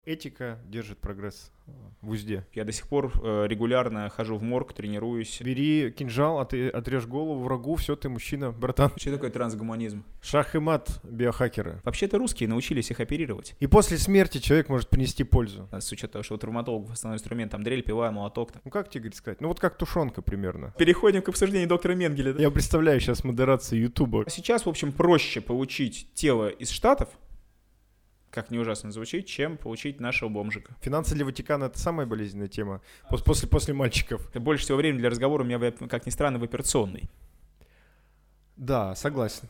Этика держит прогресс в узде. Я до сих пор регулярно хожу в морг, тренируюсь. Бери кинжал, а ты отрежь голову врагу, все, ты мужчина, братан. Что такое трансгуманизм? Шах и мат, биохакеры. Вообще-то русские научились их оперировать. И после смерти человек может принести пользу. С учетом того, что у травматологов основной инструмент, там дрель, пила, молоток. Ну как тебе сказать? Ну вот как тушенка примерно. Переходим к обсуждению доктора Менгеля. Да? Я представляю сейчас модерацию Ютуба. Сейчас, в общем, проще получить тело из Штатов, как не ужасно звучит, чем получить нашего бомжика. Финансы для Ватикана — это самая болезненная тема после мальчиков. Больше всего времени для разговора у меня, как ни странно, в операционной. Да, согласен.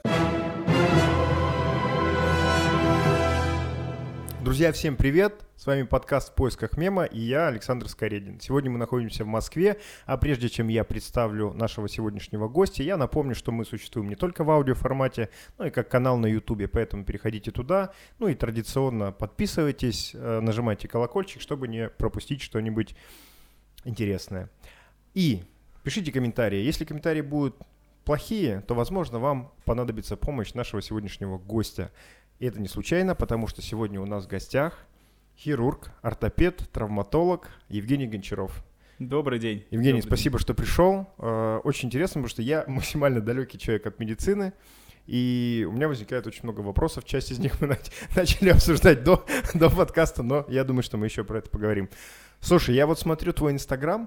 Друзья, всем привет! С вами подкаст «В поисках мема» и я, Александр Скоредин. Сегодня мы находимся в Москве, а прежде чем я представлю нашего сегодняшнего гостя, я напомню, что мы существуем не только в аудиоформате, но и как канал на Ютубе, поэтому переходите туда, ну и традиционно подписывайтесь, нажимайте колокольчик, чтобы не пропустить что-нибудь интересное. И пишите комментарии. Если комментарии будут плохие, то, возможно, вам понадобится помощь нашего сегодняшнего гостя. И это не случайно, потому что сегодня у нас в гостях хирург, ортопед, травматолог Евгений Гончаров. Добрый день. Евгений, Добрый спасибо, что пришел. Очень интересно, потому что я максимально далекий человек от медицины, и у меня возникает очень много вопросов. Часть из них мы начали обсуждать до подкаста, но я думаю, что мы еще про это поговорим. Слушай, я вот смотрю твой Инстаграм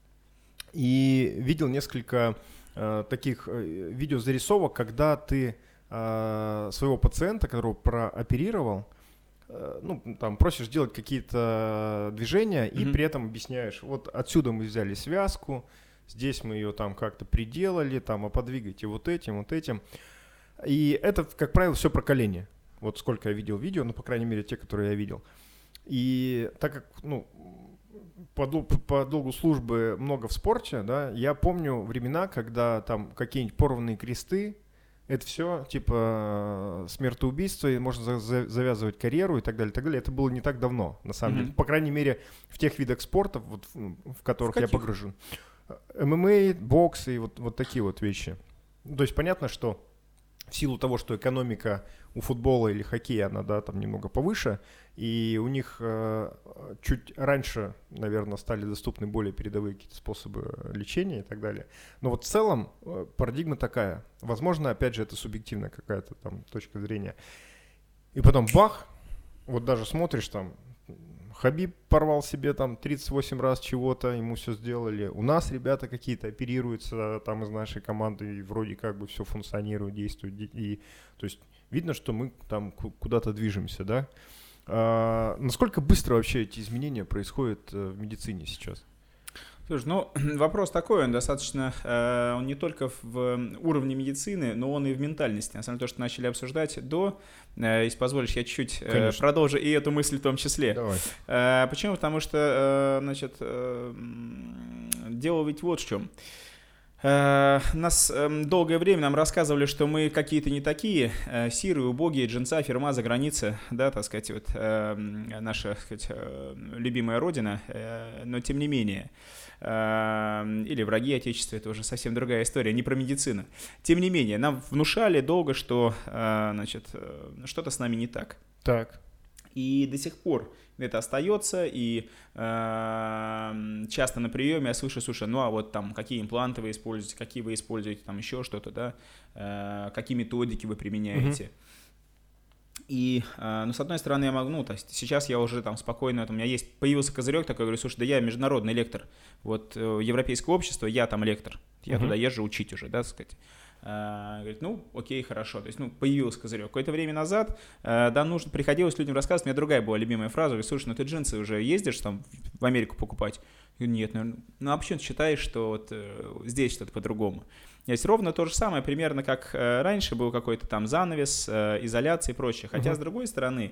и видел несколько таких видеозарисовок, когда ты своего пациента, которого прооперировал, ну, там, просишь делать какие-то движения и при этом объясняешь, вот отсюда мы взяли связку, здесь мы ее там как-то приделали, там, а подвигайте вот этим, вот этим. И это, как правило, все про колени. Вот сколько я видел видео, ну, по крайней мере, те, которые я видел. И так как, ну, по долгу службы много в спорте, да, я помню времена, когда там какие-нибудь порванные кресты, это все типа смертоубийство, и можно завязывать карьеру и так далее, так далее. Это было не так давно, на самом деле. По крайней мере, в тех видах спорта, вот, в которых я погружен. ММА, бокс и вот такие вот вещи. То есть понятно, что в силу того, что экономика у футбола или хоккея, она, да, там немного повыше, и у них чуть раньше, наверное, стали доступны более передовые какие-то способы лечения и так далее. Но вот в целом парадигма такая. Возможно, опять же, это субъективная какая-то там точка зрения. И потом бах, вот даже смотришь там, Хабиб порвал себе там 38 раз чего-то, ему все сделали. У нас ребята какие-то оперируются там из нашей команды, и вроде как бы все функционирует, действует. И, то есть видно, что мы там куда-то движемся, да? Насколько быстро вообще эти изменения происходят в медицине сейчас? Слушай, ну, вопрос такой, он достаточно, он не только в уровне медицины, но он и в ментальности. На самом деле, то, что начали обсуждать до, если позволишь, я чуть-чуть продолжу и эту мысль в том числе. Давай. Почему? Потому что, значит, дело ведь вот в чем. Нас долгое время нам рассказывали, что мы какие-то не такие, сирые, убогие, джинса, фирма за границей, да, так сказать, вот наша, так сказать, любимая родина, но тем не менее, или враги Отечества, это уже совсем другая история, не про медицину. Тем не менее, нам внушали долго, что, значит, что-то с нами не так. Так. И до сих пор это остается, и часто на приеме я слышу, слушай, ну а вот там какие импланты вы используете, какие вы используете, там еще что-то, да, какие методики вы применяете. И, ну, с одной стороны, я могу, ну, то есть сейчас я уже там спокойно, вот у меня появился козырек такой, говорю, слушай, да я международный лектор, вот европейское общество, я там лектор, я туда езжу учить уже, да, так сказать. Говорит, ну, окей, хорошо. То есть, ну, появился козырек. Какое-то время назад, да, приходилось людям рассказывать. У меня другая была любимая фраза. Говорит, слушай, ну ты джинсы уже ездишь там в Америку покупать? Я говорю, нет, наверное. Ну, а почему ты считаешь, что вот здесь что-то по-другому? Есть ровно то же самое, примерно как раньше был какой-то там занавес, изоляция и прочее. Хотя, с другой стороны,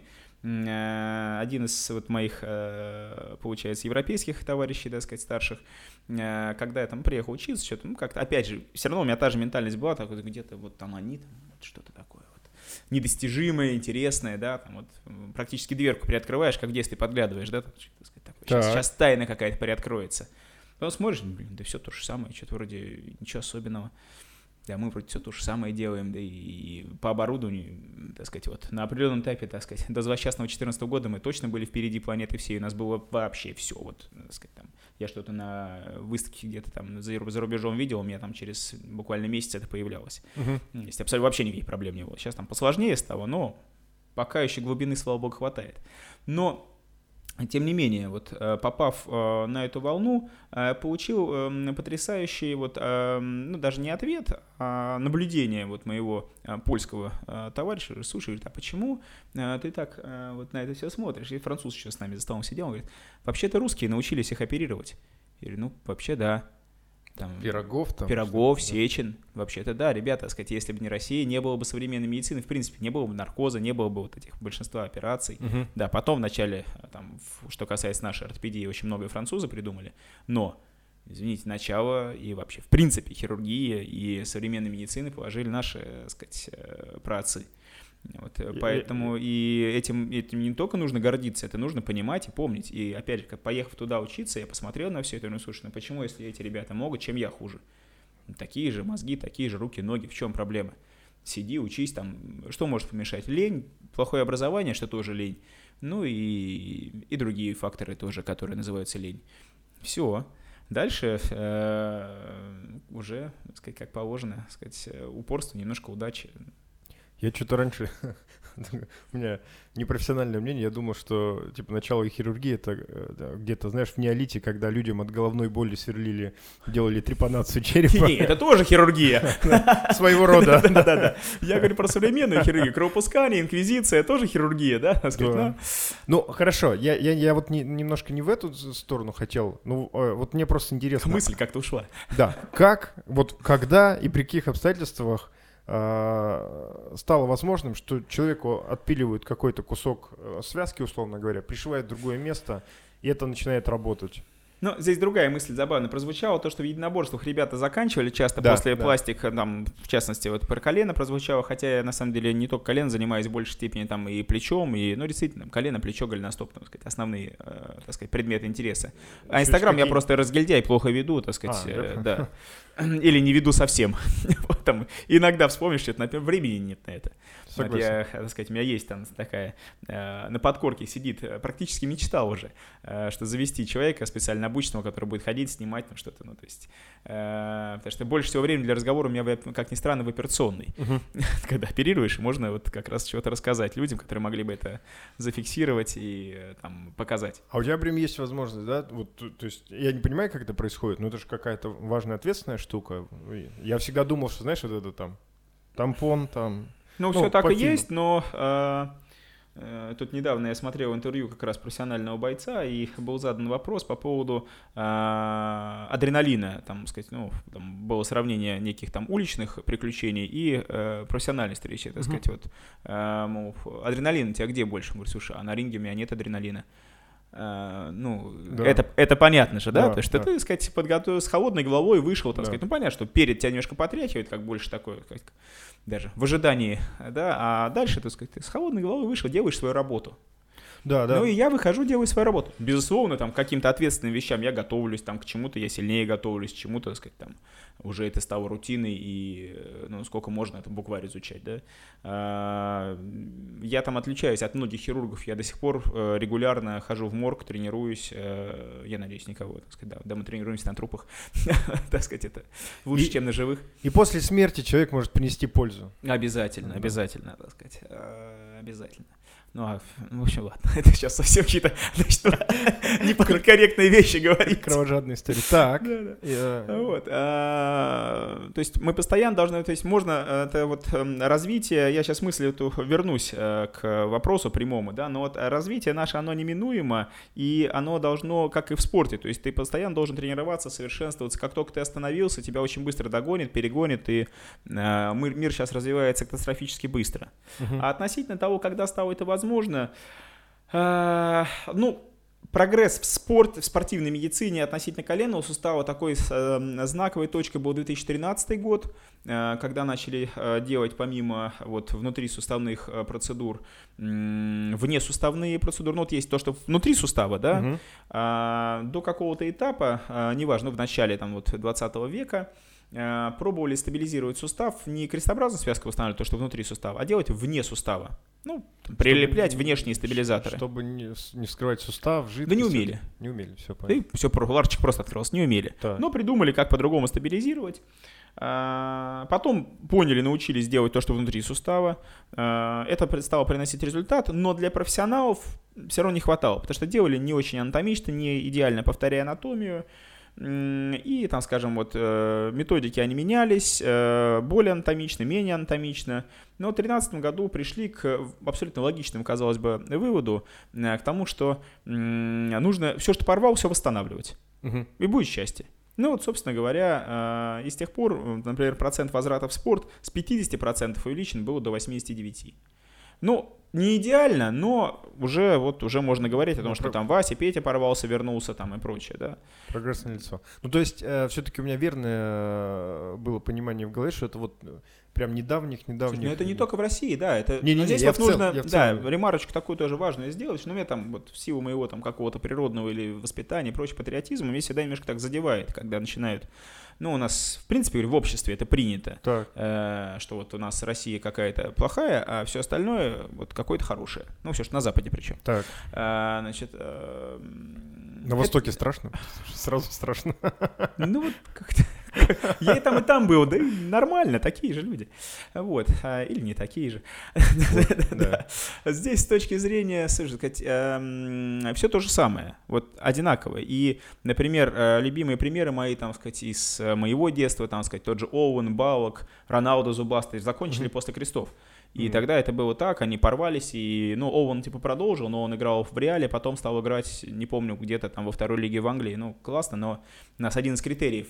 один из вот моих, получается, европейских товарищей, так сказать, старших, когда я там приехал учиться, что-то, ну, как-то, опять же, все равно у меня та же ментальность была, так вот, где-то вот там они, там, вот что-то такое вот недостижимое, интересное, да, там вот практически дверку приоткрываешь, как в детстве подглядываешь, да, так сказать, такое. Сейчас тайна какая-то приоткроется. Потом смотришь, блин, да все то же самое, что-то вроде ничего особенного. Да, мы вроде все то же самое делаем, да и по оборудованию, так сказать, вот на определенном этапе, так сказать, до злосчастного 2014 года мы точно были впереди планеты всей, у нас было вообще все, вот, так сказать, там, я что-то на выставке где-то там за рубежом видел, у меня там через буквально месяц это появлялось. Есть абсолютно вообще никаких проблем не было. Сейчас там посложнее стало, но пока еще глубины, слава богу, хватает. Но тем не менее, вот попав на эту волну, получил потрясающий вот, ну даже не ответ, а наблюдение вот моего польского товарища. Слушай, говорит, а почему ты так вот на это все смотришь? И француз еще с нами за столом сидел, он говорит, вообще-то русские научились их оперировать. Я говорю, ну вообще да. Там, Пирогов, Сечин. Вообще-то да, ребята, сказать, если бы не Россия, не было бы современной медицины, в принципе, не было бы наркоза, не было бы вот этих большинства операций. Да, потом в начале, там, что касается нашей ортопедии, очень много французы придумали, но, извините, начало и вообще, в принципе, хирургия и современной медицины положили наши, так сказать, праотцы. Вот, поэтому и этим не только нужно гордиться, это нужно понимать и помнить. И опять же, поехав туда учиться, я посмотрел на все это, ну слушай, ну почему, если эти ребята могут, чем я хуже? Такие же мозги, такие же руки, ноги, в чем проблема? Сиди, учись, там, что может помешать? Лень, плохое образование, что тоже лень, ну и другие факторы тоже, которые называются лень. Все. Дальше уже, так сказать, как положено, так сказать, упорство, немножко удачи. Я что-то раньше, у меня непрофессиональное мнение, я думал, что типа начало хирургии это где-то, знаешь, в неолите, когда людям от головной боли сверлили, делали трепанацию черепа. Не, это тоже хирургия. Своего рода. Да-да-да. Я говорю про современную хирургию. Кровопускание, инквизиция, тоже хирургия, да? Ну, хорошо, я вот немножко не в эту сторону хотел, ну, вот мне просто интересно. Мысль как-то ушла. Да, как, вот когда и при каких обстоятельствах стало возможным, что человеку отпиливают какой-то кусок связки, условно говоря, пришивают в другое место, и это начинает работать. Ну, здесь другая мысль забавно прозвучала, то, что в единоборствах ребята заканчивали часто после пластика, там, в частности, вот про колено прозвучало, хотя я, на самом деле, не только колено занимаюсь в большей степени, там, и плечом, и, ну, действительно, колено, плечо, голеностоп, так сказать, основные, так сказать, предметы интереса. А Инстаграм я просто разгильдяй, плохо веду, так сказать, да. Или не веду совсем. Вот там иногда вспомнишь, что, например, времени нет на это. Вот я, так сказать, у меня есть там такая, на подкорке сидит, практически мечтал уже, что завести человека специально обученного, который будет ходить, снимать там что-то, ну, то есть, потому что больше всего времени для разговора у меня, как ни странно, в операционной. Когда оперируешь, можно вот как раз чего-то рассказать людям, которые могли бы это зафиксировать и там показать. А у тебя прям есть возможность, да? Вот, то есть я не понимаю, как это происходит, но это же какая-то важная, ответственная штука. Я всегда думал, что, знаешь, вот это там тампон, там... Ну, все так и есть, но тут недавно я смотрел интервью как раз профессионального бойца, и был задан вопрос по поводу адреналина, там, сказать, ну, там было сравнение неких там уличных приключений и профессиональной встречи, так сказать, вот, мол, адреналин у тебя где больше? Он говорит, слушай, а на ринге у меня нет адреналина. Ну, да. это понятно же, да? Потому что ты, так сказать, с холодной головой вышел, так сказать, ну, понятно, что перед тебя немножко потряхивает, как больше такое, как даже в ожидании, да, а дальше, так сказать, ты с холодной головой вышел, делаешь свою работу. Да. Ну, и я выхожу, делаю свою работу. Безусловно, там, к каким-то ответственным вещам я готовлюсь, там, к чему-то я сильнее готовлюсь, к чему-то, так сказать, там, уже это стало рутиной, и, ну, сколько можно это букварь изучать, да. Я там отличаюсь от многих хирургов, я до сих пор регулярно хожу в морг, тренируюсь, я надеюсь, никого, так сказать, да, мы тренируемся на трупах, так сказать, это лучше, чем на живых. И после смерти человек может принести пользу. Обязательно, так сказать, обязательно. Ну, в общем, ладно, это сейчас совсем какие-то, значит, неполиткорректные вещи говорить. Кровожадные истории. Так. Вот. То есть мы постоянно должны, то есть можно, это вот развитие, я сейчас мысль эту вернусь к вопросу прямому, да, но вот развитие наше, оно неминуемо, и оно должно, как и в спорте, то есть ты постоянно должен тренироваться, совершенствоваться, как только ты остановился, тебя очень быстро догонит, перегонит, и мир сейчас развивается катастрофически быстро. А относительно того, когда стало это возможно, ну, прогресс в спортивной медицине относительно коленного сустава такой знаковой точкой был 2013 год, когда начали делать помимо вот внутрисуставных процедур, внесуставные процедуры. Ну, вот есть то, что внутри сустава, да, до какого-то этапа, неважно, в начале там вот 20 века, пробовали стабилизировать сустав, не крестообразно связку восстанавливать, то, что внутри сустава, а делать вне сустава. Ну, прилеплять внешние стабилизаторы. Чтобы не вскрывать сустав, жидкость. Да не умели. Не умели, все понятно. Все, ларчик просто открылся, не умели. Так. Но придумали, как по-другому стабилизировать. Потом поняли, научились делать то, что внутри сустава. Это стало приносить результат, но для профессионалов все равно не хватало, потому что делали не очень анатомично, не идеально повторяя анатомию. И там, скажем, вот методики, они менялись, более анатомично, менее анатомично. Но в 2013 году пришли к абсолютно логичному, казалось бы, выводу, к тому, что нужно все, что порвал, все восстанавливать. И будет счастье. Ну вот, собственно говоря, и с тех пор, например, процент возврата в спорт с 50% увеличен был до 89%. Ну, не идеально, но уже можно говорить о том, что там Вася, Петя порвался, вернулся там и прочее, да. Прогресс налицо. Ну, то есть, все-таки у меня верное было понимание в голове, что это вот прям недавних. Но это не только в России, да, это здесь вот нужно, ремарочку такую тоже важную сделать, что мне там вот в силу моего там какого-то природного или воспитания и прочего патриотизма меня всегда немножко так задевает, когда начинают, ну, у нас, в принципе, в обществе это принято, что вот у нас Россия какая-то плохая, а все остальное вот какое-то хорошее. Ну, все, что на Западе причем. Так. Значит, на Востоке страшно? Сразу страшно. Ну, вот как-то... Я и там был, да и нормально, такие же люди. Вот. Или не такие же. Здесь с точки зрения, все то же самое, вот одинаково. И, например, любимые примеры мои, там сказать, из моего детства, там сказать, тот же Оуэн, Балок, Роналдо Зубастый закончили после крестов. И тогда это было так, они порвались, и, ну, Оуэн типа продолжил, но он играл в Реале, потом стал играть, не помню, где-то там во второй лиге в Англии, ну, классно, но у нас один из критериев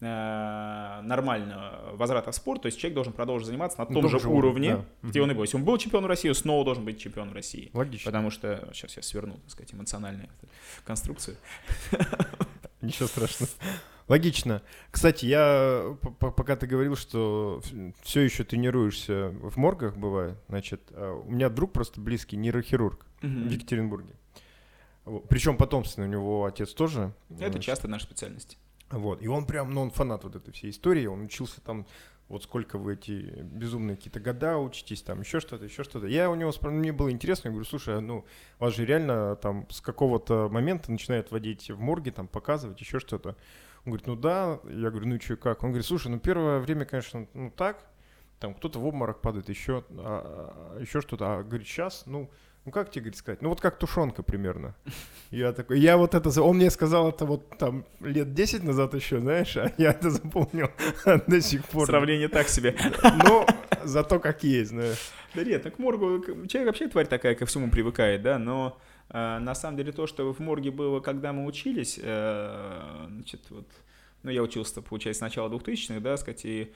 нормального возврата в спорт, то есть человек должен продолжить заниматься на том же уровне, где он и был. Если он был чемпионом России, снова должен быть чемпионом России. Логично. Потому что, сейчас я сверну, так сказать, эмоциональную конструкцию. Ничего страшного. Логично. Кстати, я, пока ты говорил, что все еще тренируешься в моргах, бывает, значит, у меня друг просто близкий, нейрохирург в Екатеринбурге. Причем потомственный, у него отец тоже. Это часто наша специальность. Вот. И он прям, ну, он фанат вот этой всей истории, он учился там, вот сколько вы эти безумные какие-то года учитесь, там еще что-то. Я у него спрашиваю, мне было интересно, я говорю, слушай, ну, вас же реально там с какого-то момента начинают водить в морги, там показывать еще что-то. Он говорит, ну да. Я говорю, ну и что, как? Он говорит, слушай, ну первое время, конечно, ну так, там кто-то в обморок падает, еще что-то. А говорит, сейчас, ну как тебе, говорит, сказать? Ну вот как тушенка примерно. Я такой, он мне сказал это вот там лет 10 назад еще, знаешь, а я это запомнил до сих пор. Сравнение так себе. Ну, зато как есть, знаешь. Да нет, ну к моргу, человек вообще тварь такая, ко всему привыкает, да, но на самом деле то, что в морге было, когда мы учились, значит, вот, ну я учился, получается, с начала 2000-х, да, сказать, и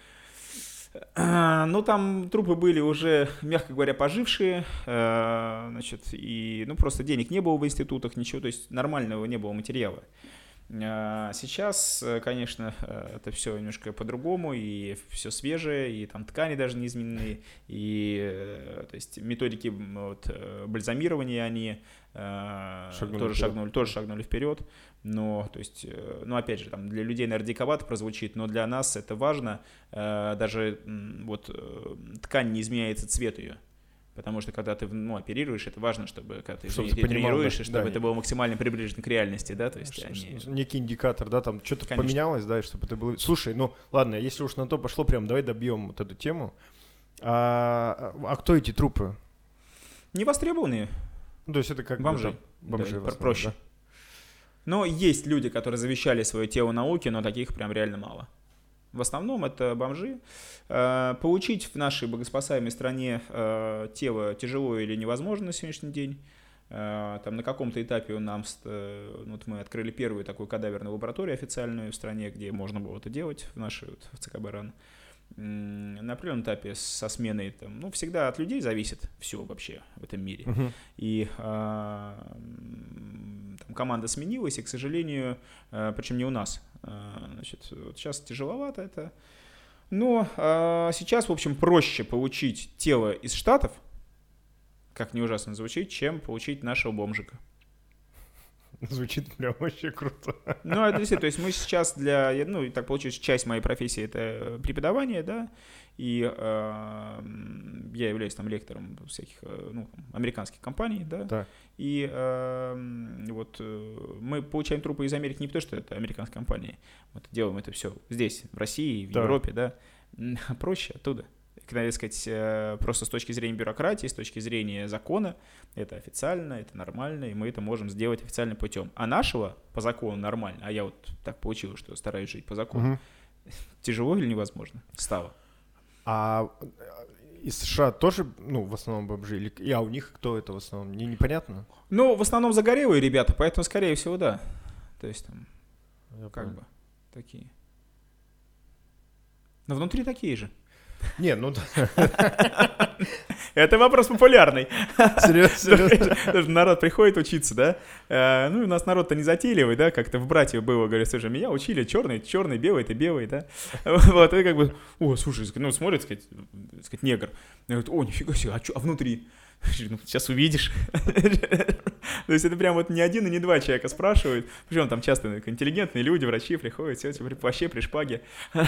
ну, там трупы были уже, мягко говоря, пожившие, значит, и, ну, просто денег не было в институтах, ничего, то есть нормального не было материала. Сейчас, конечно, это все немножко по-другому, и все свежее, и там ткани даже не изменены, и, то есть, методики вот, бальзамирования, они тоже шагнули вперед. Но, то есть, ну, опять же, там, для людей, наверное, диковато прозвучит, но для нас это важно. Даже вот ткань не изменяется цвет ее. Потому что, когда ты, ну, оперируешь, это важно, чтобы, когда ты тренируешь, да, чтобы это было максимально приближено к реальности, да, то есть некий индикатор, да, там что-то поменялось, да, и чтобы это было... Слушай, ну, ладно, если уж на то пошло, прям давай добьем вот эту тему. А кто эти трупы? Невостребованные. Ну, то есть это как бомжи. Бомжи, да, проще. Да? Но есть люди, которые завещали свое тело науке, но таких прям реально мало. В основном это бомжи. Получить в нашей богоспасаемой стране тело тяжело или невозможно на сегодняшний день. Там на каком-то этапе вот мы открыли первую такую кадаверную лабораторию официальную в стране, где можно было это делать, в ЦК «Баран». На определенном этапе со сменой, там, ну, всегда от людей зависит все вообще в этом мире. И там команда сменилась, и, к сожалению, причем не у нас. Значит, вот сейчас тяжеловато это. Но сейчас, в общем, проще получить тело из Штатов, как не ужасно звучит, чем получить нашего бомжика. Звучит прям вообще круто. Ну, это действительно, то есть мы сейчас ну, так получилось, часть моей профессии — это преподавание, да, и я являюсь там лектором всяких, ну, американских компаний, да, Так. и вот мы получаем трупы из Америки не потому, что это американские компании, мы делаем это все здесь, в России, в Европе, да, проще оттуда. Надо сказать, просто с точки зрения бюрократии, с точки зрения закона, это официально, это нормально, и мы это можем сделать официальным путем. А нашего по закону нормально, а я вот так получилось, что стараюсь жить по закону, тяжело или невозможно стало. А из США тоже, ну, в основном бомжи? Или, у них кто это в основном? Мне непонятно. Ну, в основном загорелые ребята, поэтому, скорее всего, да. То есть там, как бы, такие. Но внутри такие же. Не, ну... Это вопрос популярный. Серьезно? Народ приходит учиться, да? Ну, у нас народ-то не затейливый, да? Как-то в братьев было, говорят, слушай, меня учили черный, белый, ты белый, да? Вот, и как бы, слушай, ну, смотрит, сказать, негр. Говорит, нифига себе, а внутри? Ну, сейчас увидишь. То есть это прям вот не один и не два человека спрашивают. Причем там часто интеллигентные люди, врачи приходят, все при плаще, при шпаге.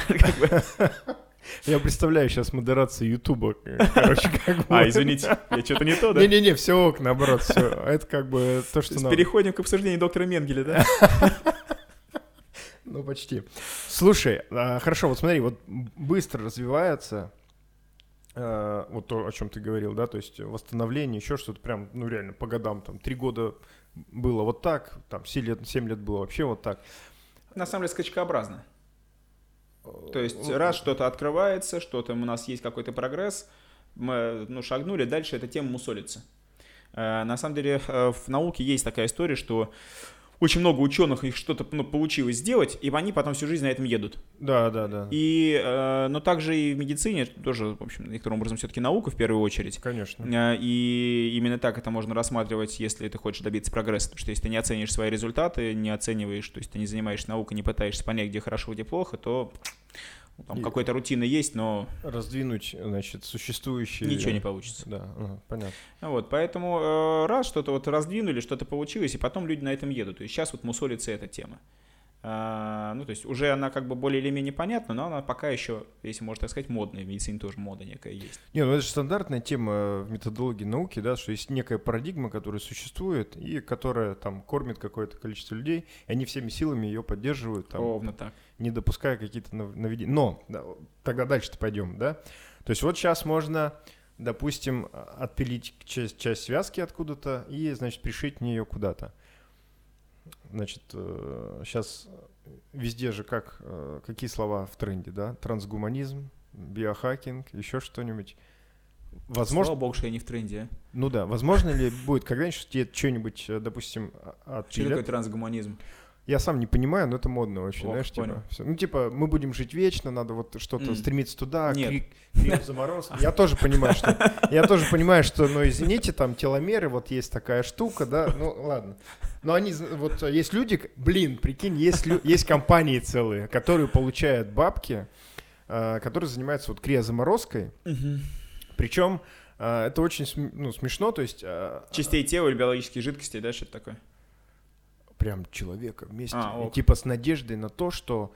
Я представляю сейчас модерацию Ютуба, короче, как бы. Извините, я что-то не то, да? Не-не-не, все ок, наоборот, все. Это как бы то, что надо. Переходим к обсуждению доктора Менгеля, да? Ну, почти. Слушай, хорошо, вот смотри, вот быстро развивается вот то, о чем ты говорил, да, то есть восстановление, еще что-то прям, ну, реально, по годам, там, 3 года было вот так, там, 7 лет было вообще вот так. На самом деле, скачкообразно. То есть раз что-то открывается, что-то у нас есть какой-то прогресс, мы шагнули, дальше эта тема мусолится. На самом деле в науке есть такая история, что очень много ученых их что-то получилось сделать, и они потом всю жизнь на этом едут. Да. Но также и в медицине тоже, в общем, некоторым образом все-таки наука в первую очередь. Конечно. И именно так это можно рассматривать, если ты хочешь добиться прогресса. Потому что если ты не оценишь свои результаты, не оцениваешь, то есть ты не занимаешься наукой, не пытаешься понять, где хорошо, где плохо, то там какой-то рутина есть, но... Раздвинуть, значит, существующие... Ничего не получится. Да, понятно. Вот, поэтому раз что-то вот раздвинули, что-то получилось, и потом люди на этом едут. То есть сейчас вот мусолится эта тема. Ну, то есть уже она как бы более или менее понятна, но она пока еще, если можно так сказать, модная. В медицине тоже мода некая есть. Не, ну это же стандартная тема в методологии науки, да, что есть некая парадигма, которая существует и которая там кормит какое-то количество людей, и они всеми силами ее поддерживают. Там, ровно так. Не допуская какие-то нововведения. Но тогда дальше-то пойдем, да? То есть вот сейчас можно, допустим, отпилить часть связки откуда-то и, значит, пришить ее куда-то. Значит, сейчас везде же какие слова в тренде, да? Трансгуманизм, биохакинг, еще что-нибудь. Возможно... Слава богу, что я не в тренде. Ну да, возможно ли будет когда-нибудь тебе что-нибудь, допустим, отпилят? Что такое трансгуманизм? Я сам не понимаю, но это модно очень, знаешь, понял. типа. Ну, типа, мы будем жить вечно, надо вот что-то стремиться туда, Нет. заморозки. Я тоже понимаю, что, ну, извините, там теломеры, вот есть такая штука, да, ну, ладно. Но они, вот есть люди, прикинь, есть компании целые, которые получают бабки, которые занимаются вот криозаморозкой. Причем это очень, смешно, то есть... Частей тела или биологических жидкостей, да, что-то такое? Прям человека вместе. И, типа с надеждой на то, что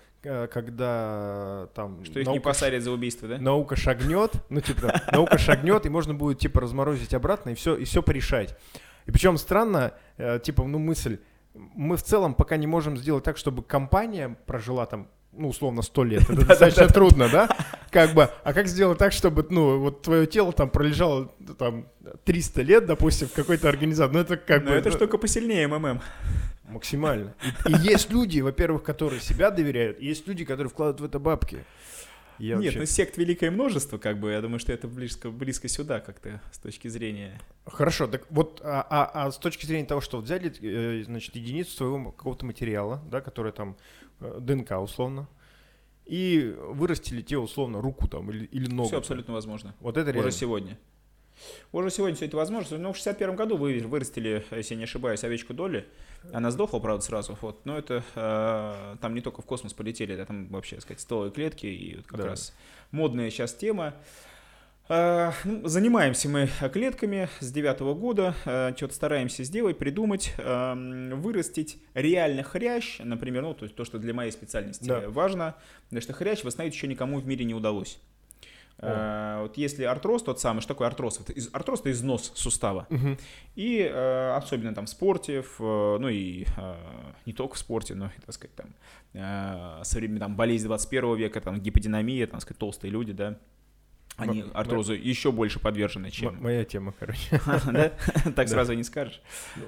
когда там... Что их не посадят за убийство, да? Наука шагнет, наука шагнет, и можно будет, типа, разморозить обратно и все порешать. И причем странно, типа, мысль, мы в целом пока не можем сделать так, чтобы компания прожила там, условно, 100 лет. Это достаточно трудно, да? Как бы, а как сделать так, чтобы, вот твое тело там пролежало там 300 лет, допустим, в какой-то организации? Ну, это как бы... это штука посильнее МММ. Максимально. И есть люди, во-первых, которые себя доверяют, и есть люди, которые вкладывают в это бабки. Нет, сект великое множество, как бы, я думаю, что это близко сюда как-то с точки зрения... Хорошо, так вот, а с точки зрения того, что взяли, значит, единицу своего какого-то материала, да, который там ДНК условно, и вырастили тебе условно руку там или ногу. Все абсолютно возможно. Вот это реально. Уже сегодня все это возможно. Но в 61 году вырастили, если я не ошибаюсь, овечку Долли. Она сдохла, правда, сразу. Вот. Но это там не только в космос полетели, там вообще, так сказать, стволовые клетки. И вот как раз модная сейчас тема. Занимаемся мы клетками с 9-го года, что-то стараемся сделать, придумать, вырастить реально хрящ, например, ну, то есть то, что для моей специальности важно, потому что хрящ восстановить еще никому в мире не удалось. Вот если артроз тот самый, что такое артроз? Артроз — это износ сустава. И особенно там в спорте, ну и не только в спорте, но, так сказать, там современные там болезни 21 века, там гиподинамия, там, сказать, толстые люди, да. Они артрозу еще больше подвержены, чем... Моя тема, короче. Да? Так сразу и не скажешь.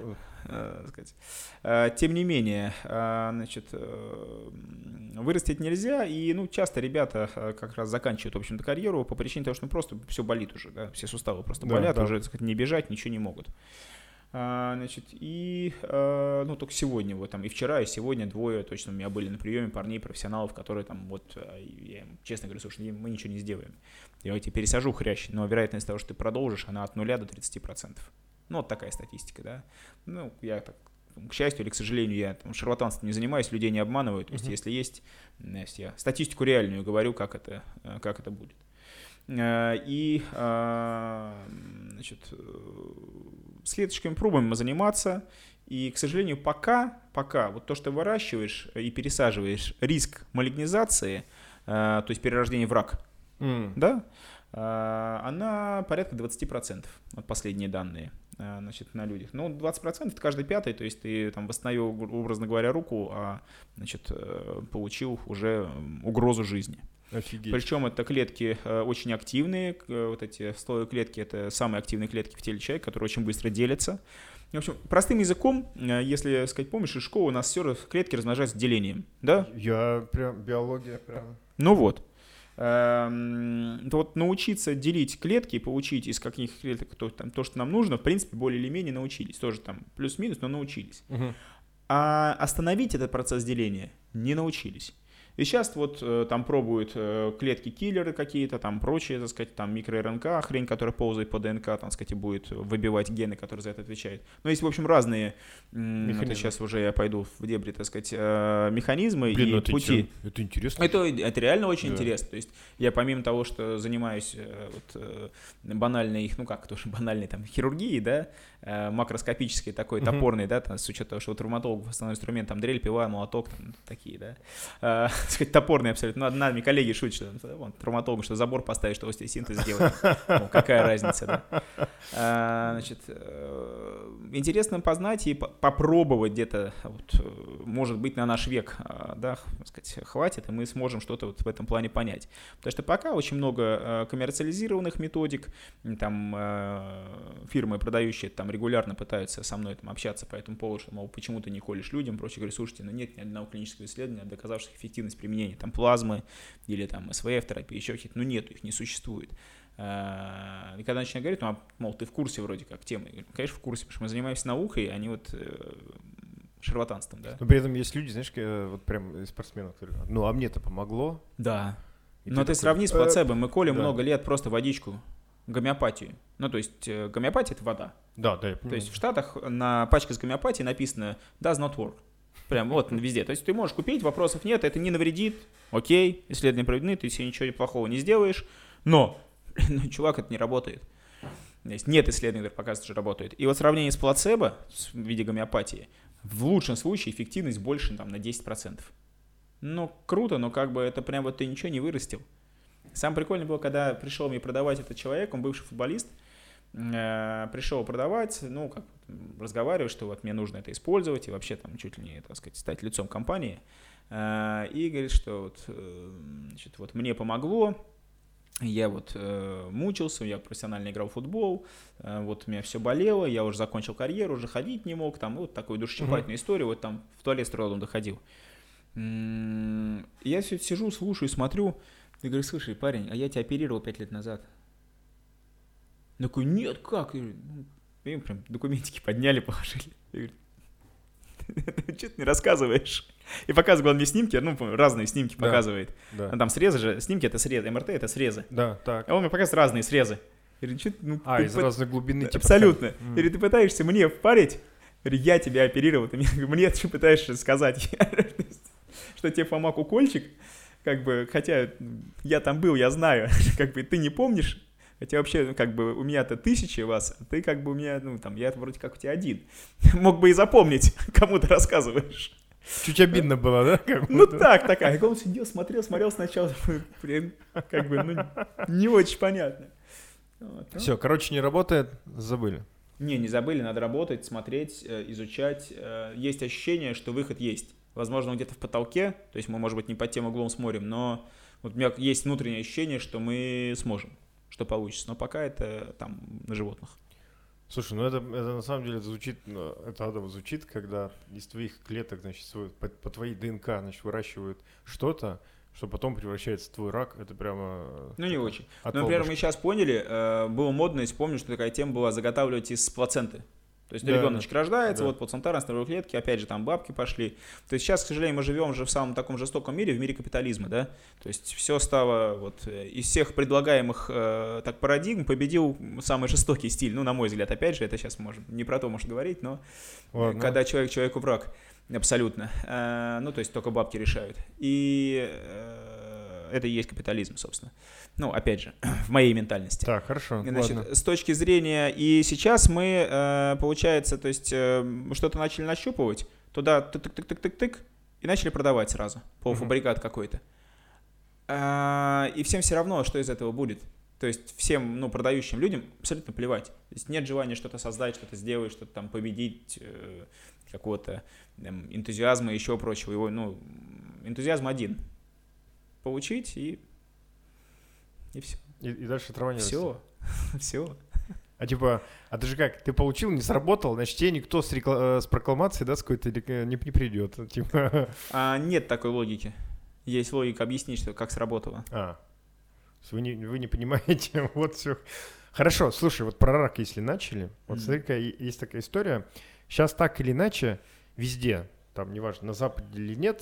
Тем не менее, значит, вырастить нельзя, и, ну, часто ребята как раз заканчивают, в общем-то, карьеру по причине того, что просто все болит уже, да, все суставы просто болят, уже, так сказать, не бежать, ничего не могут. Значит, и, ну, только сегодня, вот там, и вчера, и сегодня двое точно у меня были на приеме парней, профессионалов, которые там, вот, я им честно говорю, слушай, мы ничего не сделаем. Я тебе пересажу хрящ, но вероятность того, что ты продолжишь, она от 0 до 30%. Ну, вот такая статистика, да. Ну, я так, к счастью или к сожалению, я там шарлатанством не занимаюсь, людей не обманываю. То есть, если есть, я статистику реальную говорю, как это будет. И, значит, с клеточками пробуем мы заниматься. И, к сожалению, пока вот то, что ты выращиваешь и пересаживаешь, риск малигнизации, то есть перерождения в рак, да, она порядка 20%, вот последние данные, значит, на людях. Ну, 20% это каждый пятый, то есть ты там восстановил, образно говоря, руку, а, значит, получил уже угрозу жизни. Офигеть. Причем это клетки очень активные, вот эти стволовые клетки — это самые активные клетки в теле человека, которые очень быстро делятся. В общем, простым языком, если сказать, помнишь, из школы у нас все клетки размножаются делением, да? Я прям, биология прям. Ну вот. Вот научиться делить клетки, получить из каких клеток то, что нам нужно, в принципе, более или менее научились. Тоже там плюс-минус, но научились. А остановить этот процесс деления не научились. И сейчас вот там пробуют клетки-киллеры какие-то, там прочие, так сказать, там микро-РНК, хрень, которая ползает по ДНК, там, так сказать, и будет выбивать гены, которые за это отвечают. Но есть, в общем, разные, это сейчас уже я пойду в дебри, так сказать, механизмы и пути. Это интересно. Это реально очень интересно. То есть я помимо того, что занимаюсь вот, банальной, ну как, тоже банальной там хирургией, да, макроскопической такой, топорной, да, там, с учетом того, что у травматологов основной инструмент, там дрель, пила, молоток, там, такие, да, сказать, топорные абсолютно. Ну, одна, коллеги шутят, что вон, травматолог, что забор поставить, что остеосинтез сделать. Ну, какая разница, да. Значит, интересно познать и попробовать где-то, вот, может быть, на наш век, да, сказать, хватит, и мы сможем что-то вот в этом плане понять. Потому что пока очень много коммерциализированных методик, там фирмы, продающие, там регулярно пытаются со мной там общаться по этому поводу, что, мол, почему ты не колешь людям, проще говорю, слушайте, ну нет ни одного клинического исследования, доказавших эффективность применения там плазмы или там СВФ-терапии, еще какие-то, ну нету, их не существует. И когда начинают говорить, ну, мол, ты в курсе вроде как темы. Я говорю, конечно, в курсе, потому что мы занимаемся наукой, а не вот шарлатанством, да. Но при этом есть люди, знаешь, вот прям спортсмены, которые говорят, ну, а мне-то помогло. Да. Но ты сравни с плацебо, мы колем много лет просто водичку, гомеопатию. Ну, то есть гомеопатия — это вода. Да, я понимаю. То есть в Штатах на пачке с гомеопатией написано «does not work». Прям вот везде. То есть ты можешь купить, вопросов нет, это не навредит, окей, исследования проведены, ты себе ничего плохого не сделаешь, но, чувак, это не работает. Нет исследований, которые показывают, что работает. И вот в сравнении с плацебо в виде гомеопатии, в лучшем случае эффективность больше там, на 10%. Ну, круто, но как бы это прям вот ты ничего не вырастил. Самое прикольное было, когда пришел мне продавать этот человек, он бывший футболист, пришел продавать, ну, как разговаривать, что вот мне нужно это использовать и вообще там чуть ли не, так сказать, стать лицом компании. И говорит, что вот, значит, вот мне помогло, я вот мучился, я профессионально играл в футбол, вот у меня все болело, я уже закончил карьеру, уже ходить не мог, там вот такую душесчипательную историю, вот там в туалет с трудом доходил. Я все сижу, слушаю, смотрю, и говорю, слушай, парень, а я тебя оперировал 5 лет назад. Я такой, нет, как? И им прям документики подняли, положили. Я говорю, что ты мне рассказываешь? И показывал он мне снимки, ну, разные снимки показывает. Да. Там срезы же, снимки — это срезы, МРТ — это срезы. Да, так. А он мне показывает разные срезы. Я говорю, что ты, ну, из разной глубины. Типа, абсолютно. Я говорю, ты пытаешься мне впарить? Я говорю, я тебя оперировал, ты мне что пытаешься сказать? Что тебе помог укольчик? Как бы, хотя я там был, я знаю, как бы ты не помнишь, Хотя вообще, ну, как бы у меня-то 1000 вас, а ты как бы у меня, ну, там, я вроде как у тебя один. Мог бы и запомнить, кому ты рассказываешь. Чуть обидно было, да? Ну, такая. Он сидел, смотрел сначала, блин, как бы, ну, не очень понятно. Вот, ну. Все, короче, не работает, забыли. Не забыли, надо работать, смотреть, изучать. Есть ощущение, что выход есть. Возможно, он где-то в потолке, то есть мы, может быть, не под тем углом смотрим, но вот у меня есть внутреннее ощущение, что мы сможем, что получится. Но пока это там на животных. Слушай, ну это на самом деле звучит, это адово звучит, когда из твоих клеток, значит, по твоей ДНК, значит, выращивают что-то, что потом превращается в твой рак, это прямо... Ну, не очень. Но, например, мы сейчас поняли, было модно, если помню, что такая тема была заготавливать из плаценты. То есть ребеночек рождается, вот плацентарная становой клетки, опять же, там бабки пошли. То есть сейчас, к сожалению, мы живем уже в самом таком жестоком мире, в мире капитализма, да. То есть все стало, вот, из всех предлагаемых так парадигм победил самый жестокий стиль. Ну, на мой взгляд, опять же, это сейчас можем не про то, может, говорить, но ладно. Когда человек человеку враг, абсолютно. Ну, то есть только бабки решают. И это и есть капитализм, собственно. Ну, опять же, в моей ментальности. Так, хорошо, значит, ладно. с точки зрения... И сейчас мы, получается, то есть что-то начали нащупывать, туда тык-тык-тык-тык-тык, и начали продавать сразу, полуфабрикат какой-то. И всем все равно, что из этого будет. То есть всем, ну, продающим людям абсолютно плевать. То есть нет желания что-то создать, что-то сделать, что-то там победить, какого-то энтузиазма и еще прочего. Его, ну, энтузиазм один. Получить и все. И дальше трава не растет. Все. А типа, ты же как, ты получил, не сработал, значит, тебе никто с прокламацией, да, с какой-то не придет. Типа. Нет такой логики. Есть логика объяснить, что как сработало. Вы не понимаете, вот все. Хорошо, слушай, вот про рак, если начали, вот смотри-ка, есть такая история. Сейчас так или иначе везде, там, неважно, на Западе или нет,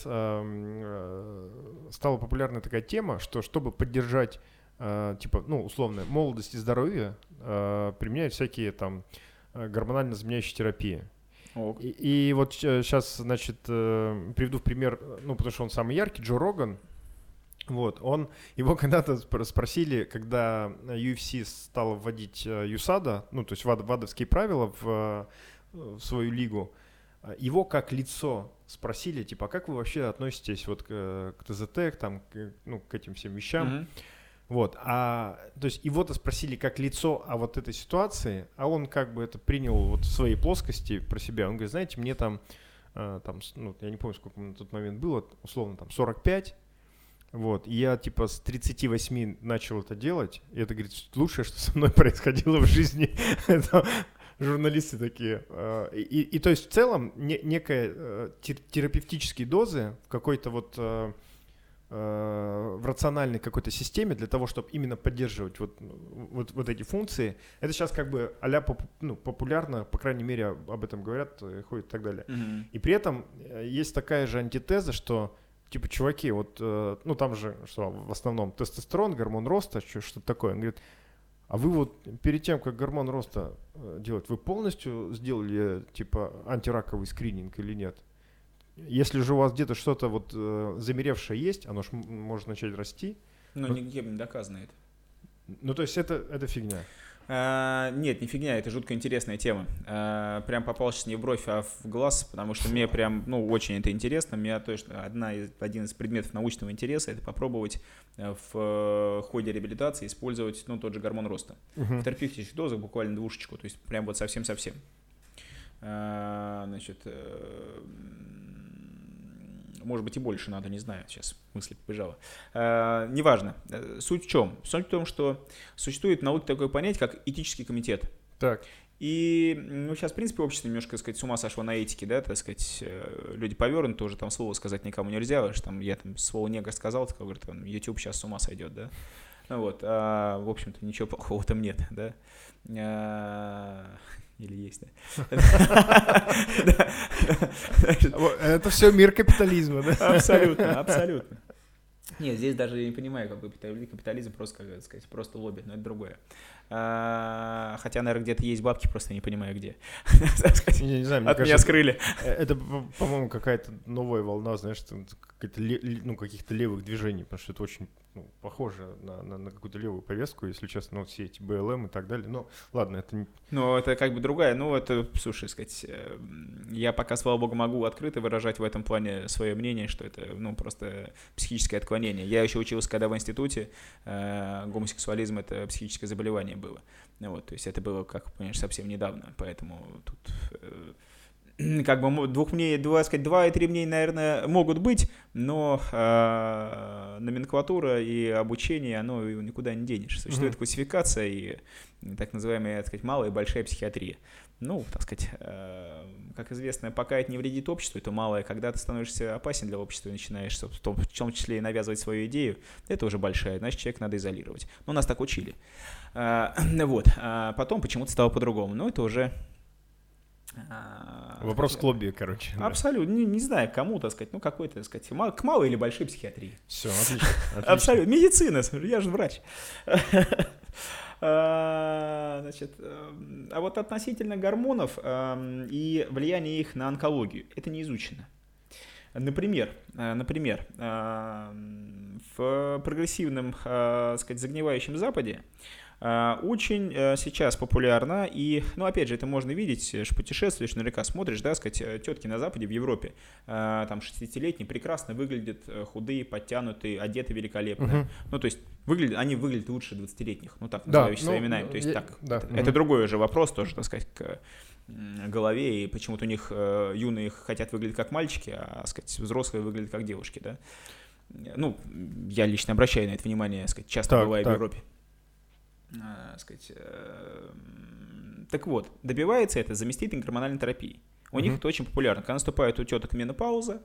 стала популярна такая тема, что чтобы поддержать, типа, ну, условно, молодость и здоровье, применяют всякие там гормонально заменяющие терапии. И вот сейчас, значит, приведу в пример, ну, потому что он самый яркий, Джо Роган. Вот, его когда-то спросили, когда UFC стала вводить USADA, ну, то есть ВАДовские правила в свою лигу, его как лицо спросили, типа, а как вы вообще относитесь вот к ТЗТ, там, к этим всем вещам? Вот, то есть его-то спросили как лицо о вот этой ситуации, а он как бы это принял вот в своей плоскости про себя. Он говорит, знаете, мне там ну, я не помню, сколько на тот момент было, условно, там, 45, вот, и я, типа, с 38 начал это делать, и это, говорит, лучшее, что со мной происходило в жизни. Журналисты такие. И то есть в целом некая терапевтические дозы в какой-то вот в рациональной какой-то системе для того, чтобы именно поддерживать вот эти функции. Это сейчас как бы а-ля популярно, по крайней мере, об этом говорят, ходят и так далее. И при этом есть такая же антитеза, что типа, чуваки, вот, ну там же, что в основном тестостерон, гормон роста, что-то такое. Он говорит, а вы вот перед тем, как гормон роста делать, вы полностью сделали, типа, антираковый скрининг или нет? Если же у вас где-то что-то вот замеревшее есть, оно же может начать расти. Но никем не доказано это. Ну, то есть это фигня. Нет, не фигня, это жутко интересная тема. Прям попал сейчас не в бровь, а в глаз, потому что мне прям, ну, очень это интересно. У меня точно один из предметов научного интереса — это попробовать в ходе реабилитации использовать, ну, тот же гормон роста. В терапевтических дозах буквально 2, то есть прям вот совсем-совсем. Значит, может быть и больше надо, не знаю, сейчас мысль побежала. Неважно. Суть в чем? Суть в том, что существует в науке такое понятие, как этический комитет. Так. И, ну, сейчас, в принципе, общество немножко, так сказать, с ума сошло на этике, да, так сказать, люди повернуты, тоже там слово сказать никому нельзя, что там я там слово негр сказал, так говорит, там, YouTube сейчас с ума сойдет, да. Ну вот, в общем-то, ничего плохого там нет, да. Или есть, да? Это все мир капитализма, да? Абсолютно, абсолютно. Нет, здесь даже я не понимаю, как бы капитализм просто, как сказать, просто лобби, но это другое. Хотя, наверное, где-то есть бабки, просто не понимаю, где. Я не знаю, мне От меня кажется, скрыли. это, по-моему, какая-то новая волна, знаешь, каких-то левых движений, потому что это очень похоже на какую-то левую повестку, если честно, все эти БЛМ и так далее. Но ладно, это не... Ну, это как бы другая, это, слушай, сказать, я пока, слава богу, могу открыто выражать в этом плане свое мнение, что это, просто психическое отклонение. Я еще учился, когда в институте, гомосексуализм — это психическое заболевание было. То есть это было, как понимаешь, совсем недавно, поэтому тут... Как бы два и три мнения, наверное, могут быть, но номенклатура и обучение, оно никуда не денешь. Существует классификация и так называемая, так сказать, малая и большая психиатрия. Так сказать, как известно, пока это не вредит обществу, это малое, когда ты становишься опасен для общества и начинаешь, в том числе, и навязывать свою идею, это уже большая, значит, человека надо изолировать. Нас так учили. Потом почему-то стало по-другому, это уже... Вопрос к лобби, короче. Абсолютно. Не знаю, кому, так сказать, какой-то, так сказать, к малой или большой психиатрии. Все, отлично. Абсолютно. Медицина, я же врач. Значит, а вот относительно гормонов и влияния их на онкологию, это не изучено. Например, в прогрессивном, сказать, загнивающем Западе очень сейчас популярно, и, опять же, это можно видеть, что путешествуешь, наверняка смотришь, да, сказать, тетки на Западе, в Европе, там 60-летние, прекрасно выглядят, худые, подтянутые, одеты великолепно. То есть они выглядят лучше 20-летних, так, называющих своими именами. То есть это другой уже вопрос тоже, так сказать, к голове, и почему-то у них юные хотят выглядеть как мальчики, а, сказать, взрослые выглядят как девушки, да. Я лично обращаю на это внимание, сказать, часто бываю в Европе. Сказать, так вот, добивается это заместительной гормональной терапией. У них это очень популярно. Когда наступает у теток менопауза,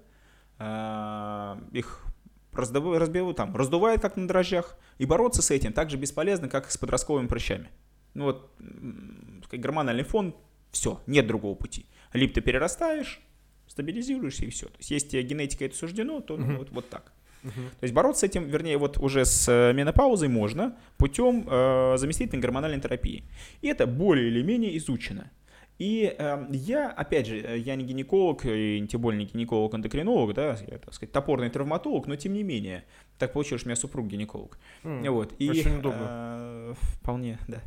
их раздувает как на дрожжах, и бороться с этим так же бесполезно, как и с подростковыми прыщами. Гормональный фон, все, нет другого пути. Либо ты перерастаешь, стабилизируешься, и все. То есть, если генетика это суждено, то вот так. То есть бороться с этим, вернее, уже с менопаузой можно путем заместительной гормональной терапии. И это более или менее изучено. И я, опять же, я не гинеколог, и тем более не гинеколог-эндокринолог, да, я, так сказать, топорный травматолог, но тем не менее, так получилось, что у меня супруг гинеколог. Очень удобно. Вполне, да.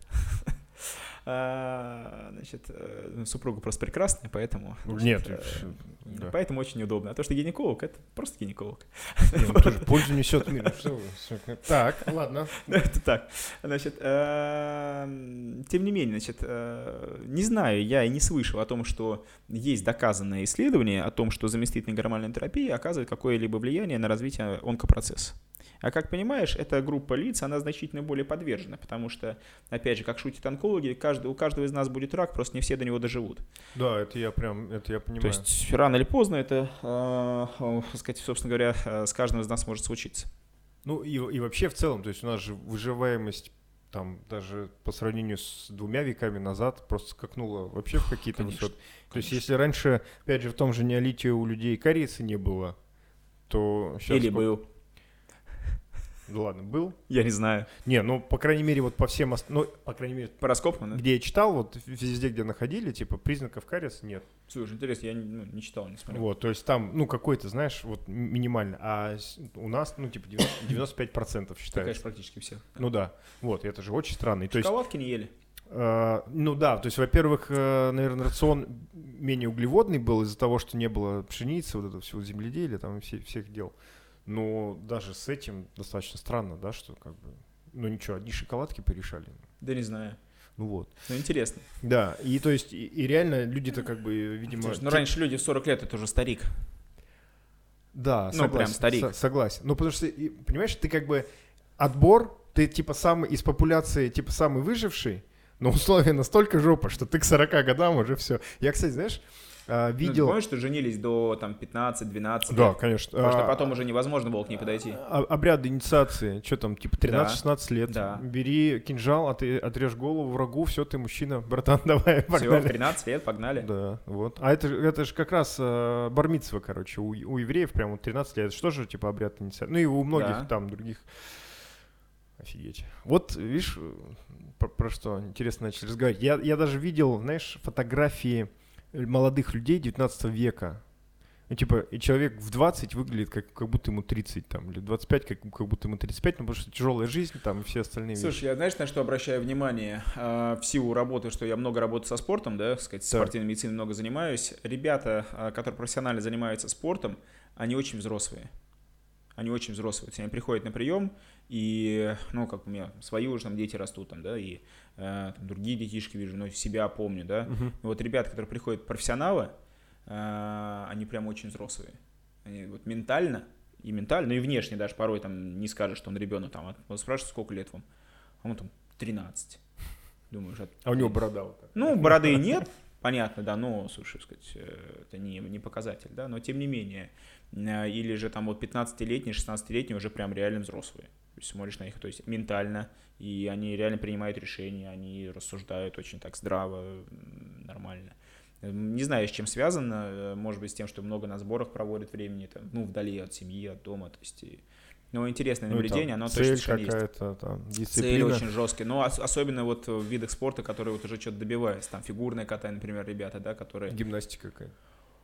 Значит, супруга просто прекрасная, поэтому... Поэтому очень удобно. А то, что гинеколог, это просто гинеколог. Тоже пользу несет миру. Так, ладно. Это так. Значит, тем не менее, не знаю, я и не слышал о том, что есть доказанное исследование о том, что заместительная гормональная терапия оказывает какое-либо влияние на развитие онкопроцесса. А как понимаешь, эта группа лиц, она значительно более подвержена, потому что, опять же, как шутят онкологи, у каждого из нас будет рак, просто не все до него доживут. Да, это я понимаю. То есть рано или поздно это, сказать, собственно говоря, с каждым из нас может случиться. И вообще в целом, то есть у нас же выживаемость там даже по сравнению с 2 веками назад просто скакнула вообще в какие-то высоты. То есть если раньше, опять же, в том же неолите у людей кариеса не было, то сейчас... Или был. Да ладно, был? Я не знаю. По крайней мере, вот по всем... по крайней мере... По раскопкам, да? Где я читал, везде, где находили, признаков кариеса нет. Слушай, интересно, я не читал, не смотрел. То есть там, какой-то, знаешь, минимально. А у нас, 95% считается. Конечно, практически все. Да. Это же очень странно. Шоколадки не ели? Да, то есть, во-первых, наверное, рацион менее углеводный был из-за того, что не было пшеницы, вот этого всего земледелия, там, всех дел. Но даже с этим достаточно странно, да, что ничего, одни шоколадки порешали. Да не знаю. Интересно. интересно. Да, и то есть, и реально люди-то видимо... раньше люди в 40 лет, это уже старик. Да, согласен. Прям старик. Согласен. Потому что, понимаешь, ты отбор, ты самый из популяции, самый выживший, но условия настолько жопа, что ты к 40 годам уже все. Я, кстати, знаешь... видел... Ты помнишь, что женились до 15-12 лет? Да, конечно. Потому что потом уже невозможно было к ней подойти. Обряды инициации, что там, 13-16 лет. Да. Бери кинжал, отрежь голову врагу, все, ты мужчина, братан, давай, погнали. Все, в 13 лет, погнали. Да, вот. А это же как раз бар-мицва, короче, у евреев прям 13 лет. Что же, обряд инициации? И у многих там других Офигеть. Вот, видишь, про что интересно начали разговаривать. Я даже видел, знаешь, фотографии молодых людей 19 века. Ну, типа, и человек в 20 выглядит, как будто ему 30, там, или 25, как будто ему 35, ну, потому что тяжелая жизнь, там, и все остальные Слушай, вещи. я, знаешь, на что обращаю внимание? В силу работы, что я много работаю со спортом, да, сказать, спортивной медициной много занимаюсь. Ребята, которые профессионально занимаются спортом, они очень взрослые. Они очень взрослые. Они приходят на прием, и, ну, как у меня свои уже там дети растут, там, да, и там, другие детишки вижу, но себя помню, да. И вот ребята, которые приходят профессионалы, они прям очень взрослые. Они вот ментально, и внешне даже порой там не скажешь, что он ребенок, там, вот спрашивают, сколько лет вам, а он там 13. Думаешь, а у него борода вот так. Ну, бороды нет, понятно, да, но, слушай, сказать, это не показатель, да, но тем не менее. Или же там вот 15-летние, 16-летние уже прям реально взрослые. То есть смотришь на них, то есть ментально, и они реально принимают решения, они рассуждают очень так здраво, нормально. Не знаю, с чем связано, может быть, с тем, что много на сборах проводят времени, там, ну, вдали от семьи, от дома, то есть, но интересное наблюдение, оно точно есть. Цель какая-то, там, дисциплина. Цель очень жесткая, но особенно вот в видах спорта, которые вот уже что-то добиваются, там, фигурное катание, например, ребята, да, которые... Гимнастика какая-то.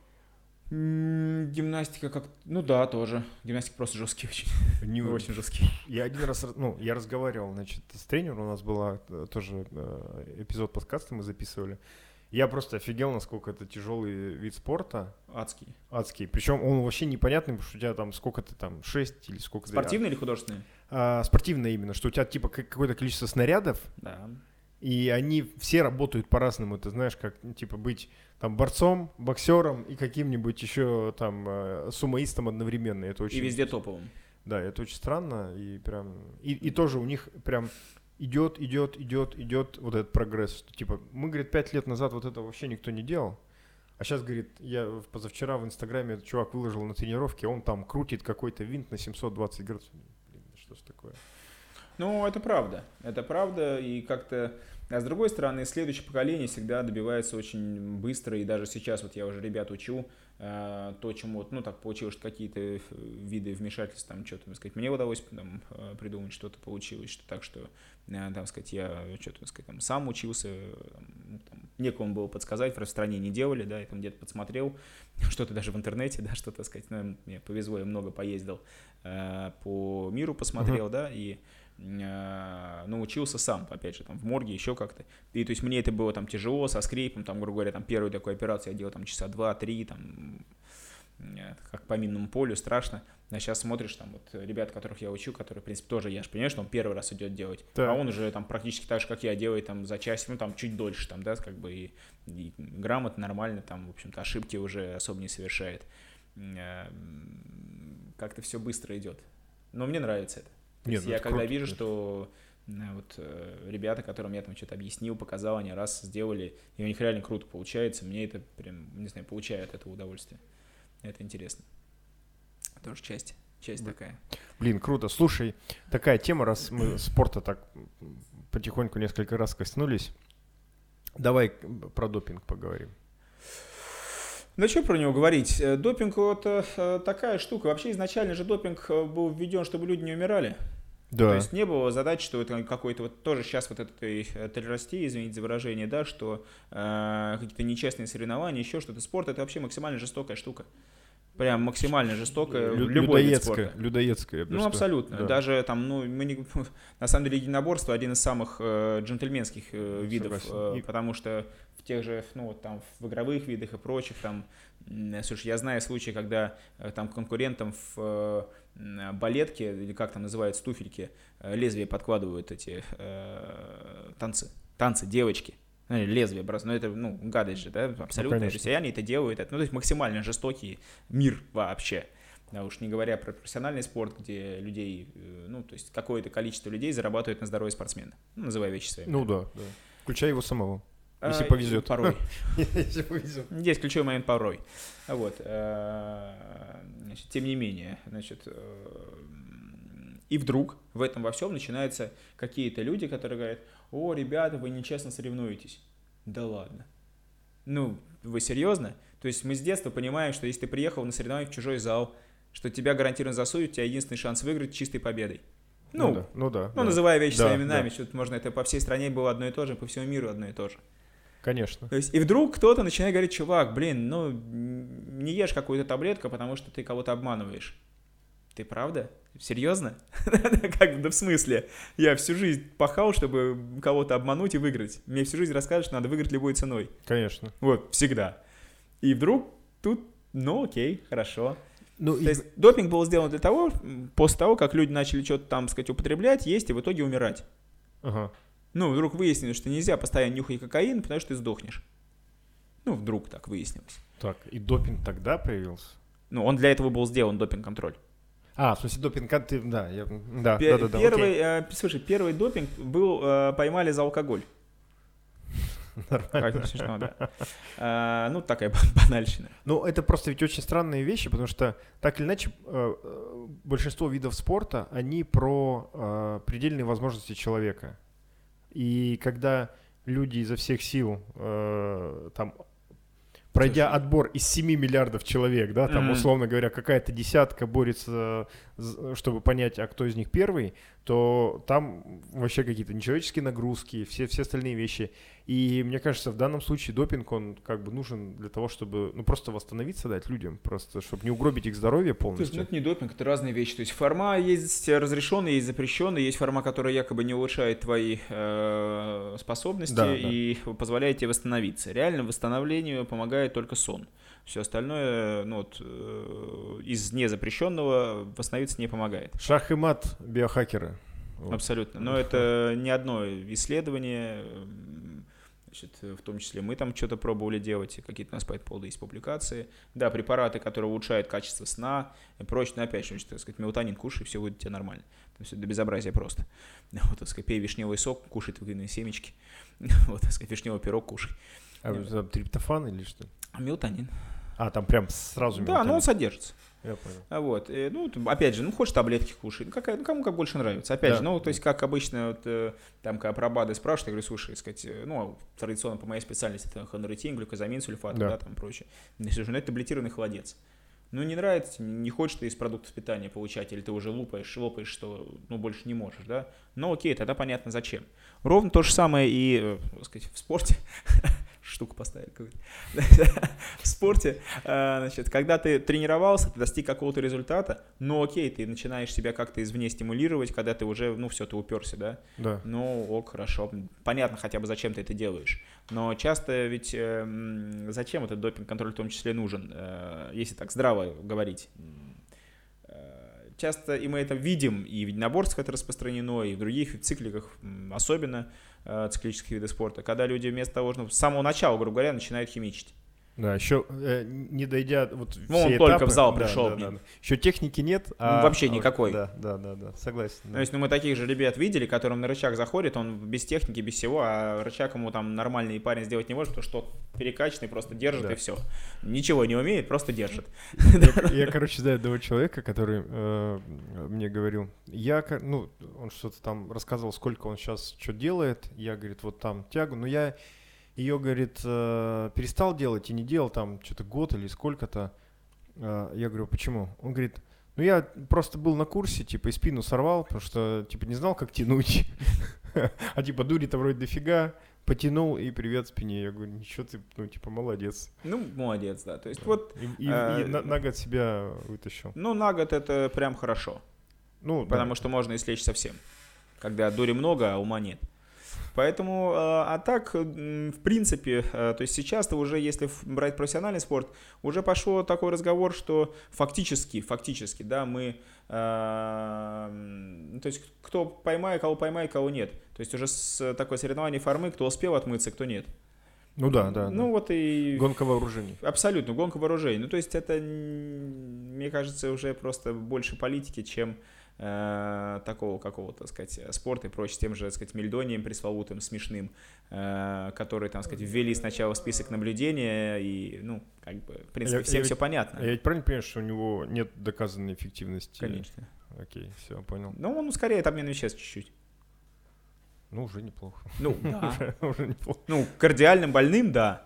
Гимнастика как... Ну да, тоже. Гимнастика просто жесткий очень. Не очень жесткий. Я один раз, ну, я разговаривал, значит, с тренером, у нас была тоже эпизод подкаста мы записывали. Я просто офигел, насколько это тяжелый вид спорта. Адский. Адский. Причем он вообще непонятный, потому что у тебя там сколько ты там, 6 или сколько... Спортивный или художественный? Спортивный именно, что у тебя типа какое-то количество снарядов. Да. И они все работают по-разному. Ты знаешь, как типа быть там борцом, боксером и каким-нибудь еще там сумоистом одновременно. Это очень... И везде топовым. Да, это очень странно. И прям... И тоже у них прям идет вот этот прогресс. Что, типа, мы, говорит, 5 лет назад вот это вообще никто не делал. А сейчас, говорит, я позавчера в Инстаграме этот чувак выложил на тренировке, он там крутит какой-то винт на 720 градусов. Блин, что ж такое? Ну, это правда, и как-то... А с другой стороны, следующее поколение всегда добивается очень быстро, и даже сейчас вот я уже ребят учу, то, чему вот, ну, так получилось, что какие-то виды вмешательств, там, что-то, так сказать, мне удалось там придумать, что-то получилось, что так, что, там, сказать, я что-то, так сказать, там, сам учился, там, некому было подсказать, в стране не делали, да, я там где-то подсмотрел, что-то даже в интернете, да, что-то, так сказать, ну, мне повезло, я много поездил по миру, посмотрел, да, и научился сам, опять же, там, в морге, еще как-то. И, то есть, мне это было там тяжело, со скрипом, там, грубо говоря, там, первую такую операцию я делал там часа 2-3, там, как по минному полю, страшно. А сейчас смотришь, там, вот, ребят, которых я учу, которые, в принципе, тоже, я же понимаю, что он первый раз идет делать, а он уже, там, практически так же, как я, делает, там, за час, ну, там, чуть дольше, там, да, как бы, и грамотно, нормально, там, в общем-то, ошибки уже особо не совершает. Как-то все быстро идет. Но мне нравится это. Нет, я когда круто, вижу, что вот ребята, которым я там что-то объяснил, показал, они раз сделали, и у них реально круто получается, мне это прям, не знаю, получаю от этого удовольствие. Это интересно. Тоже часть такая. Блин, круто. Слушай, такая тема, раз мы спорта так потихоньку несколько раз коснулись, давай про допинг поговорим. Да что про него говорить? Допинг — это такая штука. Вообще изначально же допинг был введен, чтобы люди не умирали. Да. То есть не было задачи, что это какой-то вот тоже сейчас вот этой толерастии, извините за выражение, да, что какие-то нечестные соревнования, еще что-то. Спорт — это вообще максимально жестокая штука. Прям максимально жестокая, любой вид спорта. Людоедская. Ну, абсолютно. Да. Даже там, ну, на самом деле единоборство один из самых джентльменских видов, потому что в тех же, ну, вот там в игровых видах и прочих, там, слушай, я знаю случаи, когда там конкурентам в балетке, или как там называются, туфельки, лезвие подкладывают эти танцы, девочки. Лезвие бросают, но это, ну, гадость же, да, абсолютно. То есть они это делают, ну, то есть максимально жестокий мир вообще. Да, уж не говоря про профессиональный спорт, где людей, ну, то есть какое-то количество людей зарабатывает на здоровье спортсмена. Ну, называя вещи своими. Ну да. Включая его самого. Если повезет. Порой. Если повезет. Есть ключевой момент порой. Вот. Значит, тем не менее, значит, и вдруг в этом во всем начинаются какие-то люди, которые говорят: о, ребята, вы нечестно соревнуетесь. Да ладно. Ну, вы серьезно? То есть мы с детства понимаем, что если ты приехал на соревнования в чужой зал, что тебя гарантированно засудят, у тебя единственный шанс выиграть чистой победой. Ну, называя вещи Да, своими именами, да. что-то можно, это по всей стране было одно и то же, по всему миру одно и то же. Конечно. То есть, и вдруг кто-то начинает говорить: чувак, блин, ну, не ешь какую-то таблетку, потому что ты кого-то обманываешь. Ты правда? Серьезно? Как, да в смысле? Я всю жизнь пахал, чтобы кого-то обмануть и выиграть. Мне всю жизнь рассказывают, что надо выиграть любой ценой. Конечно. Вот, всегда. И вдруг тут, ну окей, хорошо. Ну, То есть допинг был сделан для того, после того, как люди начали что-то там, сказать, употреблять, есть и в итоге умирать. Ага. Ну, вдруг выяснилось, что нельзя постоянно нюхать кокаин, потому что ты сдохнешь. Ну, вдруг так выяснилось. Так, и допинг тогда появился? Ну, он для этого был сделан, допинг-контроль. А, в смысле допинг, да. Слушай, первый допинг был, поймали за алкоголь. Нормально. Смешно, да. Ну, такая банальщина. Ну, это просто ведь очень странные вещи, потому что, так или иначе, большинство видов спорта, они про предельные возможности человека. И когда люди изо всех сил, там, пройдя отбор из 7 миллиардов человек, да, там, условно говоря, какая-то десятка борется, чтобы понять, а кто из них первый, то там вообще какие-то нечеловеческие нагрузки, все остальные вещи. И мне кажется, в данном случае допинг, он как бы нужен для того, чтобы, ну, просто восстановиться, дать людям, просто, чтобы не угробить их здоровье полностью. То есть, это не допинг, это разные вещи. То есть форма есть разрешенная, есть запрещенная, есть форма, которая якобы не улучшает твои способности и позволяет тебе восстановиться. Реально восстановлению помогает только сон. Все остальное, ну, вот, из незапрещенного восстановиться не помогает. Шах и мат биохакеры. Вот. Абсолютно. Но это не одно исследование. Значит, в том числе мы там что-то пробовали делать, какие-то у нас по этому поводу есть публикации. Да, препараты, которые улучшают качество сна и прочее. Но опять же, так сказать, мелатонин кушай, все будет тебе нормально. То есть это до безобразия просто. Вот, так сказать, пей вишневый сок, кушай тыквенные семечки. Вот, так сказать, вишневый пирог кушай. А там триптофан или что? Мелатонин. А, там прям сразу мелатонин? Да, но он содержится. Я понял. Вот, ну, опять же, хочешь таблетки кушай, кому как больше нравится. Опять же, то есть, как обычно, вот, там, когда про БАДы спрашивают, я говорю, слушай, сказать, традиционно по моей специальности, это хоноритин, глюкозамин, сульфат, да, там, прочее. Если же, это таблетированный холодец. Ну, не нравится, не хочешь ты из продуктов питания получать, или ты уже лопаешь, что, больше не можешь, да? Ну, окей, тогда понятно, зачем. Ровно то же самое и, так сказать, в спорте. Штуку поставили какую-то. В спорте, значит, когда ты тренировался, ты достиг какого-то результата, окей, ты начинаешь себя как-то извне стимулировать, когда ты уже, все, ты уперся, да? Да. Хорошо. Понятно хотя бы, зачем ты это делаешь. Но часто ведь зачем этот допинг-контроль в том числе нужен, если так здраво говорить? Часто и мы это видим, и в единоборствах это распространено, и в других цикликах, особенно циклических видов спорта, когда люди вместо того, с самого начала, грубо говоря, начинают химичить. Да, еще не дойдя вот все он этапы, только в зал пришел. Да. Еще техники нет. Вообще никакой. Да, согласен. Да. То есть, мы таких же ребят видели, которым на рычаг заходит, он без техники, без всего, а рычаг ему там нормальный парень сделать не может, потому что перекачанный просто держит и все. Ничего не умеет, просто держит. Я, знаю одного человека, который мне говорил, он что-то там рассказывал, сколько он сейчас что делает, я, говорит, вот там тягу, но я ее, говорит, перестал делать и не делал там что-то год или сколько-то. Я говорю, почему? Он говорит, я просто был на курсе, и спину сорвал, потому что, не знал, как тянуть. А дури-то вроде дофига, потянул и привет спине. Я говорю, ничего ты, молодец. Молодец, да. То есть вот... И на год себя вытащил. На год это прям хорошо. Потому что можно и слечь совсем. Когда дури много, а ума нет. Поэтому, так, в принципе, то есть сейчас-то уже, если брать профессиональный спорт, уже пошел такой разговор, что фактически, да, мы, то есть кто поймает, кого нет. То есть уже с такое соревнование формы, кто успел отмыться, кто нет. Да. Вот и... Гонка вооружений. Абсолютно, гонка вооружений. То есть это, мне кажется, уже просто больше политики, чем... такого какого-то, так сказать, спорта и прочее, с тем же, так сказать, мельдонием пресловутым, смешным, который, там, сказать, ввели сначала в список наблюдения, и, в принципе, всем все понятно. Я ведь правильно понимаю, что у него нет доказанной эффективности? Конечно. Окей, все, понял. Он скорее обмен веществ чуть-чуть. Уже неплохо. Да. Уже неплохо. Кардиальным больным, да.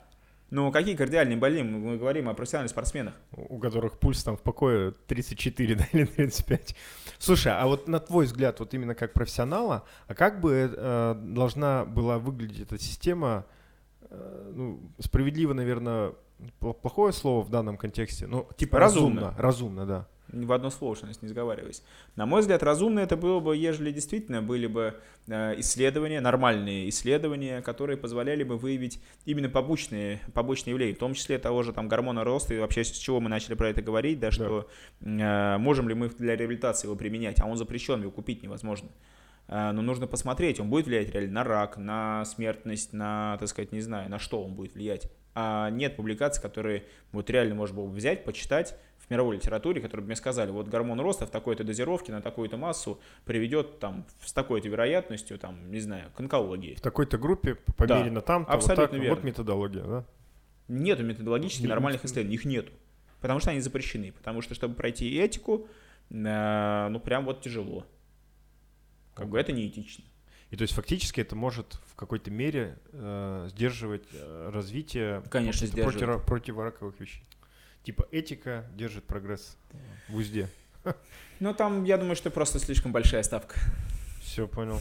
Ну, какие кардиальные болезни? Мы говорим о профессиональных спортсменах. У которых пульс там в покое 34, да, или 35. Слушай, а вот на твой взгляд, вот именно как профессионала, а как бы должна была выглядеть эта система, ну, справедливо, наверное, плохое слово в данном контексте, ну, типа разумно, да. В одно слово, что не сговариваясь. На мой взгляд, разумно это было бы, ежели действительно были бы исследования, нормальные исследования, которые позволяли бы выявить именно побочные явления, в том числе того же там гормона роста, и вообще с чего мы начали про это говорить, да, что можем ли мы для реабилитации его применять, а он запрещен, его купить невозможно. Но нужно посмотреть, он будет влиять реально на рак, на смертность, на, так сказать, не знаю, на что он будет влиять. А нет публикаций, которые вот реально можно было бы взять, почитать в мировой литературе, которые бы мне сказали, вот гормон роста в такой-то дозировке на такую-то массу приведет там с такой-то вероятностью, там, не знаю, к онкологии. В такой-то группе померено там-то, абсолютно вот так, верно. вот методология, да? Нету методологически нормальных исследований, их нету, потому что они запрещены, потому что, чтобы пройти этику, ну, прям вот тяжело. Как бы это неэтично. И то есть фактически это может в какой-то мере сдерживать развитие противораковых вещей. Типа этика держит прогресс в узде. Ну там, я думаю, что просто слишком большая ставка. Все понял.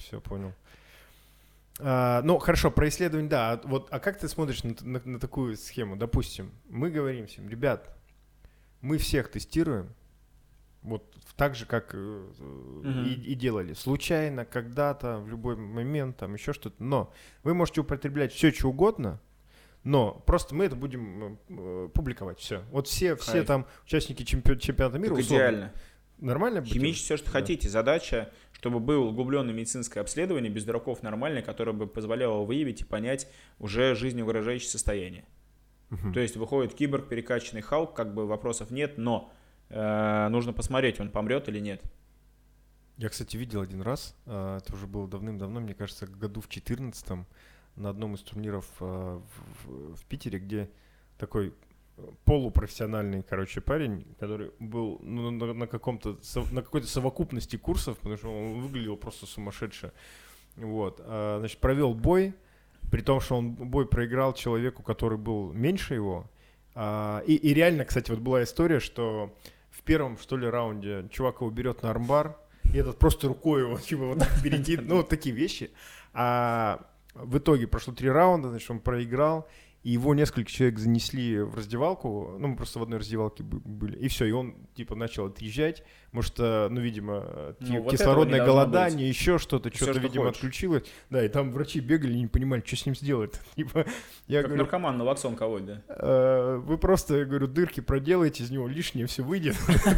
Ну хорошо, про исследование, да. А как ты смотришь на такую схему? Допустим, мы говорим всем, ребят, мы всех тестируем, вот так же, как и делали. Случайно, когда-то, в любой момент, там еще что-то. Но вы можете употреблять все, что угодно, но просто мы это будем публиковать. Все. Вот все там участники чемпионата мира. Так идеально. Нормально? Химически все, что хотите. Задача, чтобы было углубленное медицинское обследование без дураков нормальное, которое бы позволяло выявить и понять уже жизнеугрожающее состояние. То есть выходит киборг, перекачанный Халк, как бы вопросов нет, но нужно посмотреть, он помрет или нет. Я, кстати, видел один раз, это уже было давным-давно, мне кажется, году в 2014-м, на одном из турниров в Питере, где такой полупрофессиональный, парень, который был на какой-то совокупности курсов, потому что он выглядел просто сумасшедше. Вот. Значит, провел бой, при том, что он бой проиграл человеку, который был меньше его. И реально, кстати, вот была история, что в первом, что ли, раунде чувак его берет на армбар, и этот просто рукой его, типа, вот так перейти, ну, вот такие вещи. А в итоге прошло 3 раунда, значит, он проиграл, и его несколько человек занесли в раздевалку, ну, мы просто в одной раздевалке были, и все, и он, типа, начал отъезжать, может, ну, видимо, вот голодание, еще что-то, видимо, хочешь. Отключилось, да, и там врачи бегали и не понимали, что с ним сделать, типа, я как говорю, наркоман налоксон колоть, да? Вы просто, я говорю, дырки проделаете, из него лишнее все выйдет.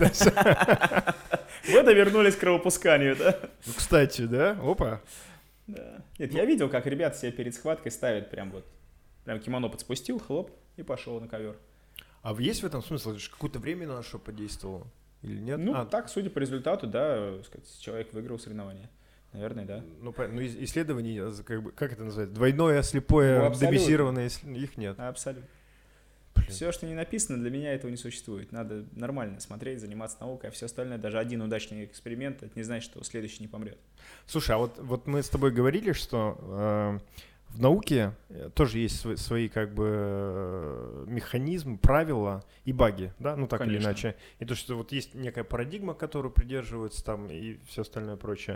Вы вернулись к кровопусканию, да? Ну, кстати, да, опа. Да. Нет, я видел, как ребята себе перед схваткой ставят прям кимоно подспустил, хлоп, и пошел на ковер. А есть в этом смысл? Какое-то время на что подействовало? Или нет? Ну, так, судя по результату, да, человек выиграл соревнование. Наверное, да. Ну, исследований, как это называется? Двойное, слепое, рандомизированное, их нет. Абсолютно. Все, что не написано, для меня этого не существует. Надо нормально смотреть, заниматься наукой, а все остальное, даже один удачный эксперимент, это не значит, что следующий не помрет. Слушай, а вот мы с тобой говорили, что в науке тоже есть свои механизмы, правила и баги, да, ну так Конечно. Или иначе. И то, что вот есть некая парадигма, которую придерживаются там и все остальное прочее.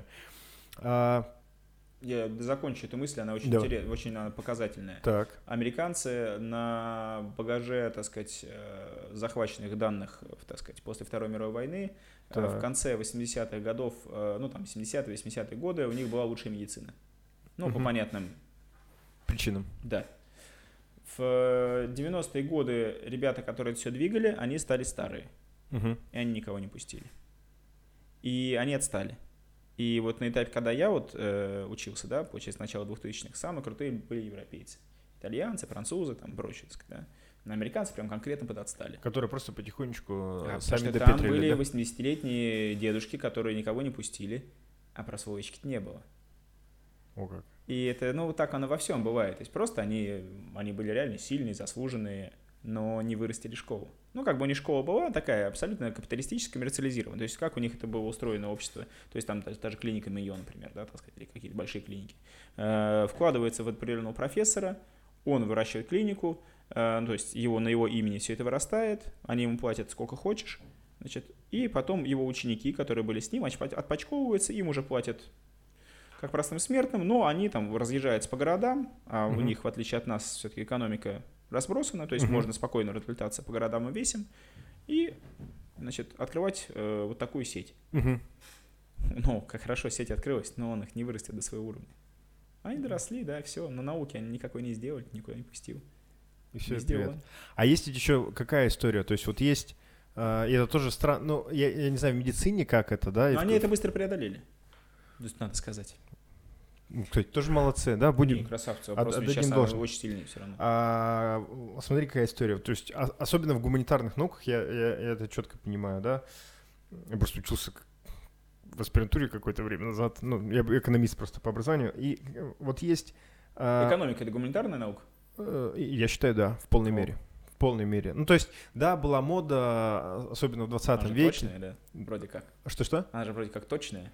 Я закончу эту мысль, она очень интересная, очень показательная. Так. Американцы на багаже, так сказать, захваченных данных, так сказать, после Второй мировой войны, в конце 80-х годов, ну там 70-е, 80-е годы, у них была лучшая медицина. Ну, по понятным причинам. Да. В 90-е годы ребята, которые это все двигали, они стали старые. И они никого не пустили. И они отстали. И вот на этапе, когда я учился, да, получается, с начала 2000-х, самые крутые были европейцы. Итальянцы, французы, там, прочее, да. Но американцы прям конкретно подотстали. Которые просто потихонечку сами допетрили, там были 80-летние дедушки, которые никого не пустили, а прослоечки-то не было. О как. И это, ну, вот так оно во всем бывает. То есть просто они были реально сильные, заслуженные, но не вырастили школу. Ну, как бы у них школа была такая абсолютно капиталистическая, коммерциализированная. То есть как у них это было устроено общество. То есть там та же клиника Мейо, например, да, так сказать, или какие-то большие клиники. Вкладывается в определенного профессора, он выращивает клинику, то есть на его имени все это вырастает, они ему платят сколько хочешь, значит, и потом его ученики, которые были с ним, отпочковываются, им уже платят как простым смертным, но они там разъезжаются по городам, а у них, в отличие от нас, все-таки экономика разбросана, то есть можно спокойно разлетаться по городам и весям и, значит, открывать вот такую сеть. Ну, как хорошо сеть открылась, но он их не вырастет до своего уровня. Они доросли, да, все, но науки они никакой не сделали, никуда не пустил. И все, привет. А есть еще какая история? То есть вот есть, и это тоже странно, ну, я не знаю, в медицине как это, да? Но они это быстро преодолели, то есть надо сказать. Кстати, тоже молодцы, да? Будем... красавцы, вопрос сейчас очень сильный все равно. Смотри, какая история. То есть, особенно в гуманитарных науках, я это четко понимаю, да? Я просто учился в аспирантуре какое-то время назад. Ну, я экономист просто по образованию. И вот есть... Экономика — это гуманитарная наука? Я считаю, да, в полной мере. В полной мере. Ну, то есть, да, была мода, особенно в 20 веке. Точная, да? Вроде как. Что? Она же вроде как точная.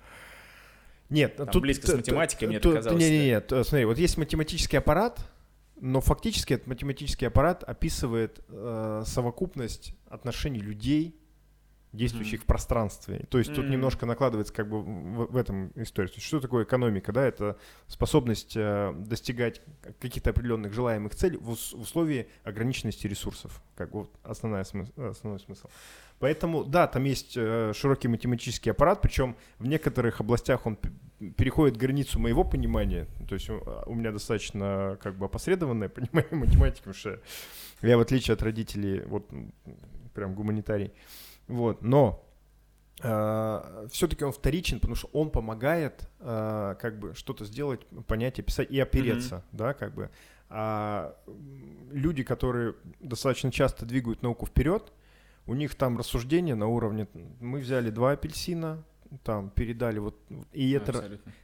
Нет, там тут близко с математикой, мне это казалось. Нет, смотри, вот есть математический аппарат, но фактически этот математический аппарат описывает совокупность отношений людей, действующих в пространстве. То есть тут немножко накладывается как бы в этом история. То есть что такое экономика? Да? Это способность достигать каких-то определенных желаемых целей в условии ограниченности ресурсов. Как вот основной смысл. Поэтому, да, там есть широкий математический аппарат, причем в некоторых областях он переходит границу моего понимания. То есть у меня достаточно как бы опосредованное понимание математики, потому что я, в отличие от родителей, вот прям гуманитарий. Вот, но все-таки он вторичен, потому что он помогает как бы что-то сделать, понять, описать и опереться, да, как бы. А люди, которые достаточно часто двигают науку вперед, у них там рассуждения на уровне, мы взяли 2 апельсина, там передали вот, и это... Абсолютно.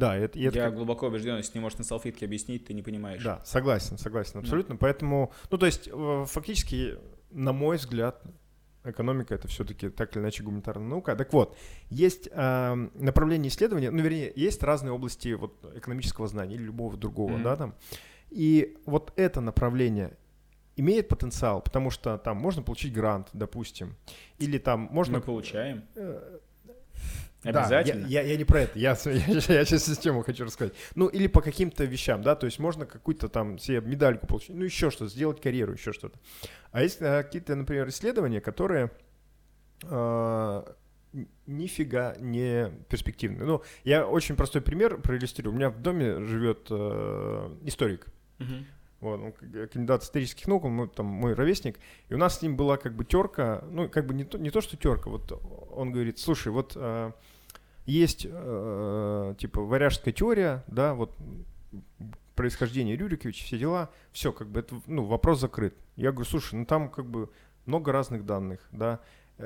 Я глубоко убежден, если не можешь на салфетке объяснить, ты не понимаешь. Да, согласен, абсолютно. Поэтому, ну, то есть, фактически, на мой взгляд, экономика — это все-таки так или иначе гуманитарная наука. Так вот, есть направление исследования, ну, вернее, есть разные области вот, экономического знания или любого другого, да, там. И вот это направление имеет потенциал, потому что там можно получить грант, допустим, или там можно... Мы получаем. Обязательно. Да, я не про это, я сейчас систему хочу рассказать. Ну, или по каким-то вещам, да, то есть можно какую-то там себе медальку получить, ну, еще что-то, сделать карьеру, еще что-то. А есть какие-то, например, исследования, которые нифига не перспективные. Ну, я очень простой пример проиллюстрирую. У меня в доме живет историк. Вот, он кандидат исторических наук, мой ровесник, и у нас с ним была как бы терка, ну, как бы не то, что терка, вот он говорит, слушай, вот есть, типа, варяжская теория, да, вот, происхождение Рюриковича, все дела, все, как бы, это, ну, вопрос закрыт. Я говорю, слушай, ну, там, как бы, много разных данных, да,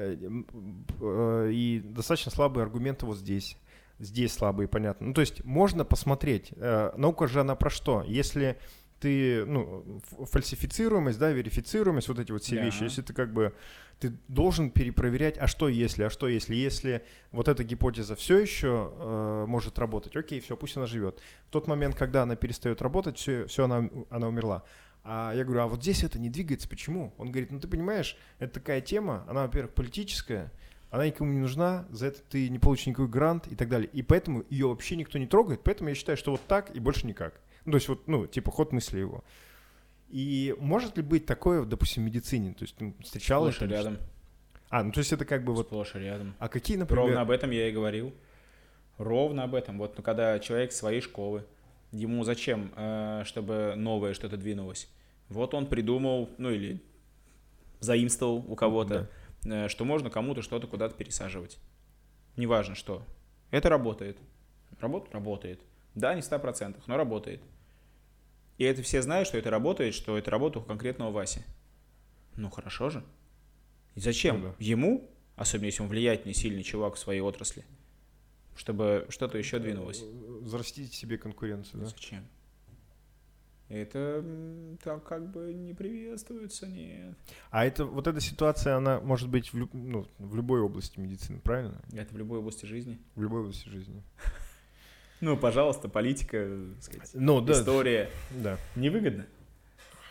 и достаточно слабые аргументы вот здесь слабые, понятно. Ну, то есть, можно посмотреть, наука же, она про что? Если ты, ну, фальсифицируемость, да, верифицируемость, вот эти вот все вещи, если ты как бы, ты должен перепроверять, а что если вот эта гипотеза все еще может работать, окей, все, пусть она живет. В тот момент, когда она перестает работать, все она умерла. А я говорю, а вот здесь это не двигается, почему? Он говорит, ну ты понимаешь, это такая тема, она, во-первых, политическая, она никому не нужна, за это ты не получишь никакой грант и так далее. И поэтому ее вообще никто не трогает, поэтому я считаю, что вот так и больше никак. Ну, то есть вот, ну, типа ход мысли его. И может ли быть такое, допустим, в медицине? То есть ты встречал это? Сплошь и рядом. Ну, то есть это как бы вот... Сплошь и рядом. А какие, например... Ровно об этом я и говорил. Ровно об этом. Вот, ну, когда человек своей школы, ему зачем, чтобы новое что-то двинулось? Вот он придумал, ну, или заимствовал у кого-то, что можно кому-то что-то куда-то пересаживать. Неважно что. Это работает. Работает. Да, не 100%, но работает. И это все знают, что это работает у конкретного Васи. Ну, хорошо же. И зачем ему, особенно если он влиятельный, сильный чувак в своей отрасли, чтобы что-то еще двинулось? Взрастить себе конкуренцию, да? Зачем? Это так как бы не приветствуется, нет. А это, вот эта ситуация, она может быть в любой области медицины, правильно? Это в любой области жизни. В любой области жизни. Ну, пожалуйста, политика, так сказать, история. Да. Невыгодно.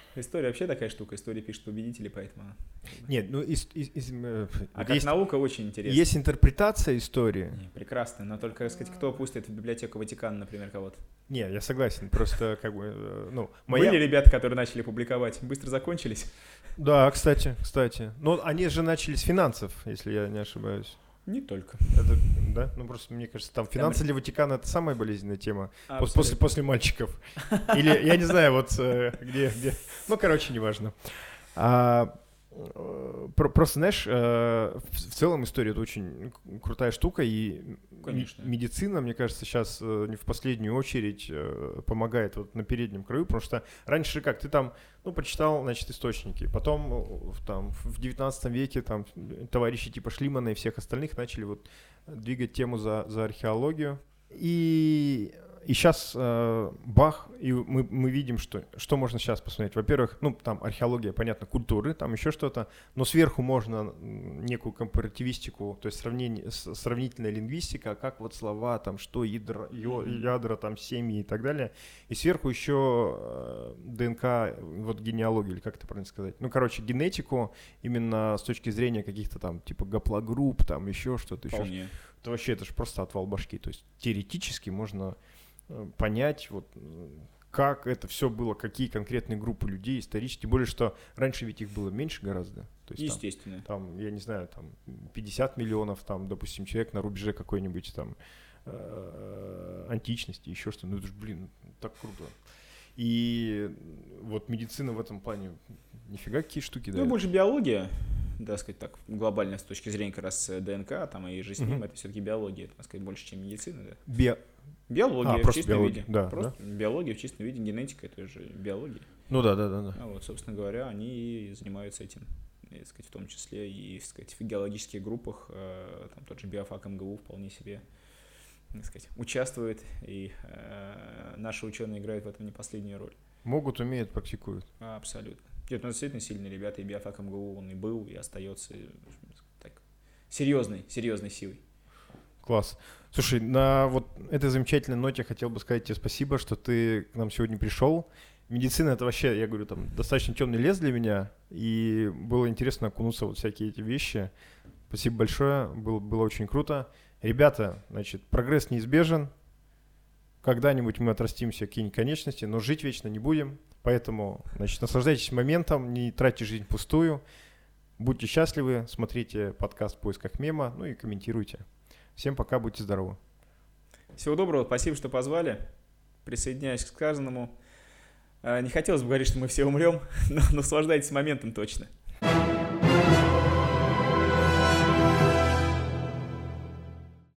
История вообще такая штука, история пишет победители, поэтому... Нет, ну А как наука очень интересно. Есть интерпретация истории. Прекрасно, но только, так сказать, кто пустит в библиотеку Ватикана, например, кого-то? Не, я согласен, просто как бы, ну... Были ребята, которые начали публиковать, быстро закончились? Да, кстати. Но они же начали с финансов, если я не ошибаюсь. Не только. Это, да? Ну, просто, мне кажется, там финансы для Ватикана — это самая болезненная тема после мальчиков. Или, я не знаю, вот где. Ну, короче, неважно. Просто, знаешь, в целом история — это очень крутая штука, и медицина, мне кажется, сейчас не в последнюю очередь помогает вот на переднем краю, потому что раньше как, ты там, ну, прочитал, значит, источники, потом там в 19 веке там товарищи типа Шлимана и всех остальных начали вот двигать тему за археологию, и сейчас бах, и мы видим, что можно сейчас посмотреть. Во-первых, ну, там археология, понятно, культуры, там еще что-то, но сверху можно некую компаративистику, то есть сравнительная лингвистика, как вот слова, там, что ядра, там, семьи и так далее. И сверху еще ДНК, вот генеалогию, или как это правильно сказать. Ну, короче, генетику именно с точки зрения каких-то там, типа, гаплогрупп, там, еще что-то. Вполне. Это вообще, это же просто отвал башки. То есть теоретически можно понять, вот, как это все было, какие конкретные группы людей исторически, тем более, что раньше ведь их было меньше гораздо. То есть, естественно. Там, я не знаю, там 50 миллионов, там, допустим, человек на рубеже какой-нибудь там античности, еще что-то. Ну это же, блин, так круто. И вот медицина в этом плане нифига какие штуки дает. Ну, больше биология, да, сказать так, глобально с точки зрения как раз ДНК, там и же с ним, это все-таки биология, так сказать, больше, чем медицина, да. Биология в чистом виде. Да, просто биология в чистом виде, генетика — это же биология. Ну да. А вот, собственно говоря, они занимаются этим, так сказать, в том числе и, так сказать, в геологических группах, там тот же биофак МГУ вполне себе, так сказать, участвует, и наши ученые играют в этом не последнюю роль. Могут, умеют, практикуют. Абсолютно. Нет, ну, действительно сильные ребята, и биофак МГУ он и был, и остается так, серьезной силой. Класс. Слушай, на вот этой замечательной ноте хотел бы сказать тебе спасибо, что ты к нам сегодня пришел. Медицина — это вообще, я говорю, там достаточно темный лес для меня, и было интересно окунуться вот всякие эти вещи. Спасибо большое, было очень круто. Ребята, значит, прогресс неизбежен. Когда-нибудь мы отрастим себе какие-нибудь конечности, но жить вечно не будем. Поэтому, значит, наслаждайтесь моментом, не тратьте жизнь впустую. Будьте счастливы, смотрите подкаст «В поисках мема», ну и комментируйте. Всем пока, будьте здоровы. Всего доброго, спасибо, что позвали. Присоединяюсь к сказанному. Не хотелось бы говорить, что мы все умрем, но наслаждайтесь моментом точно.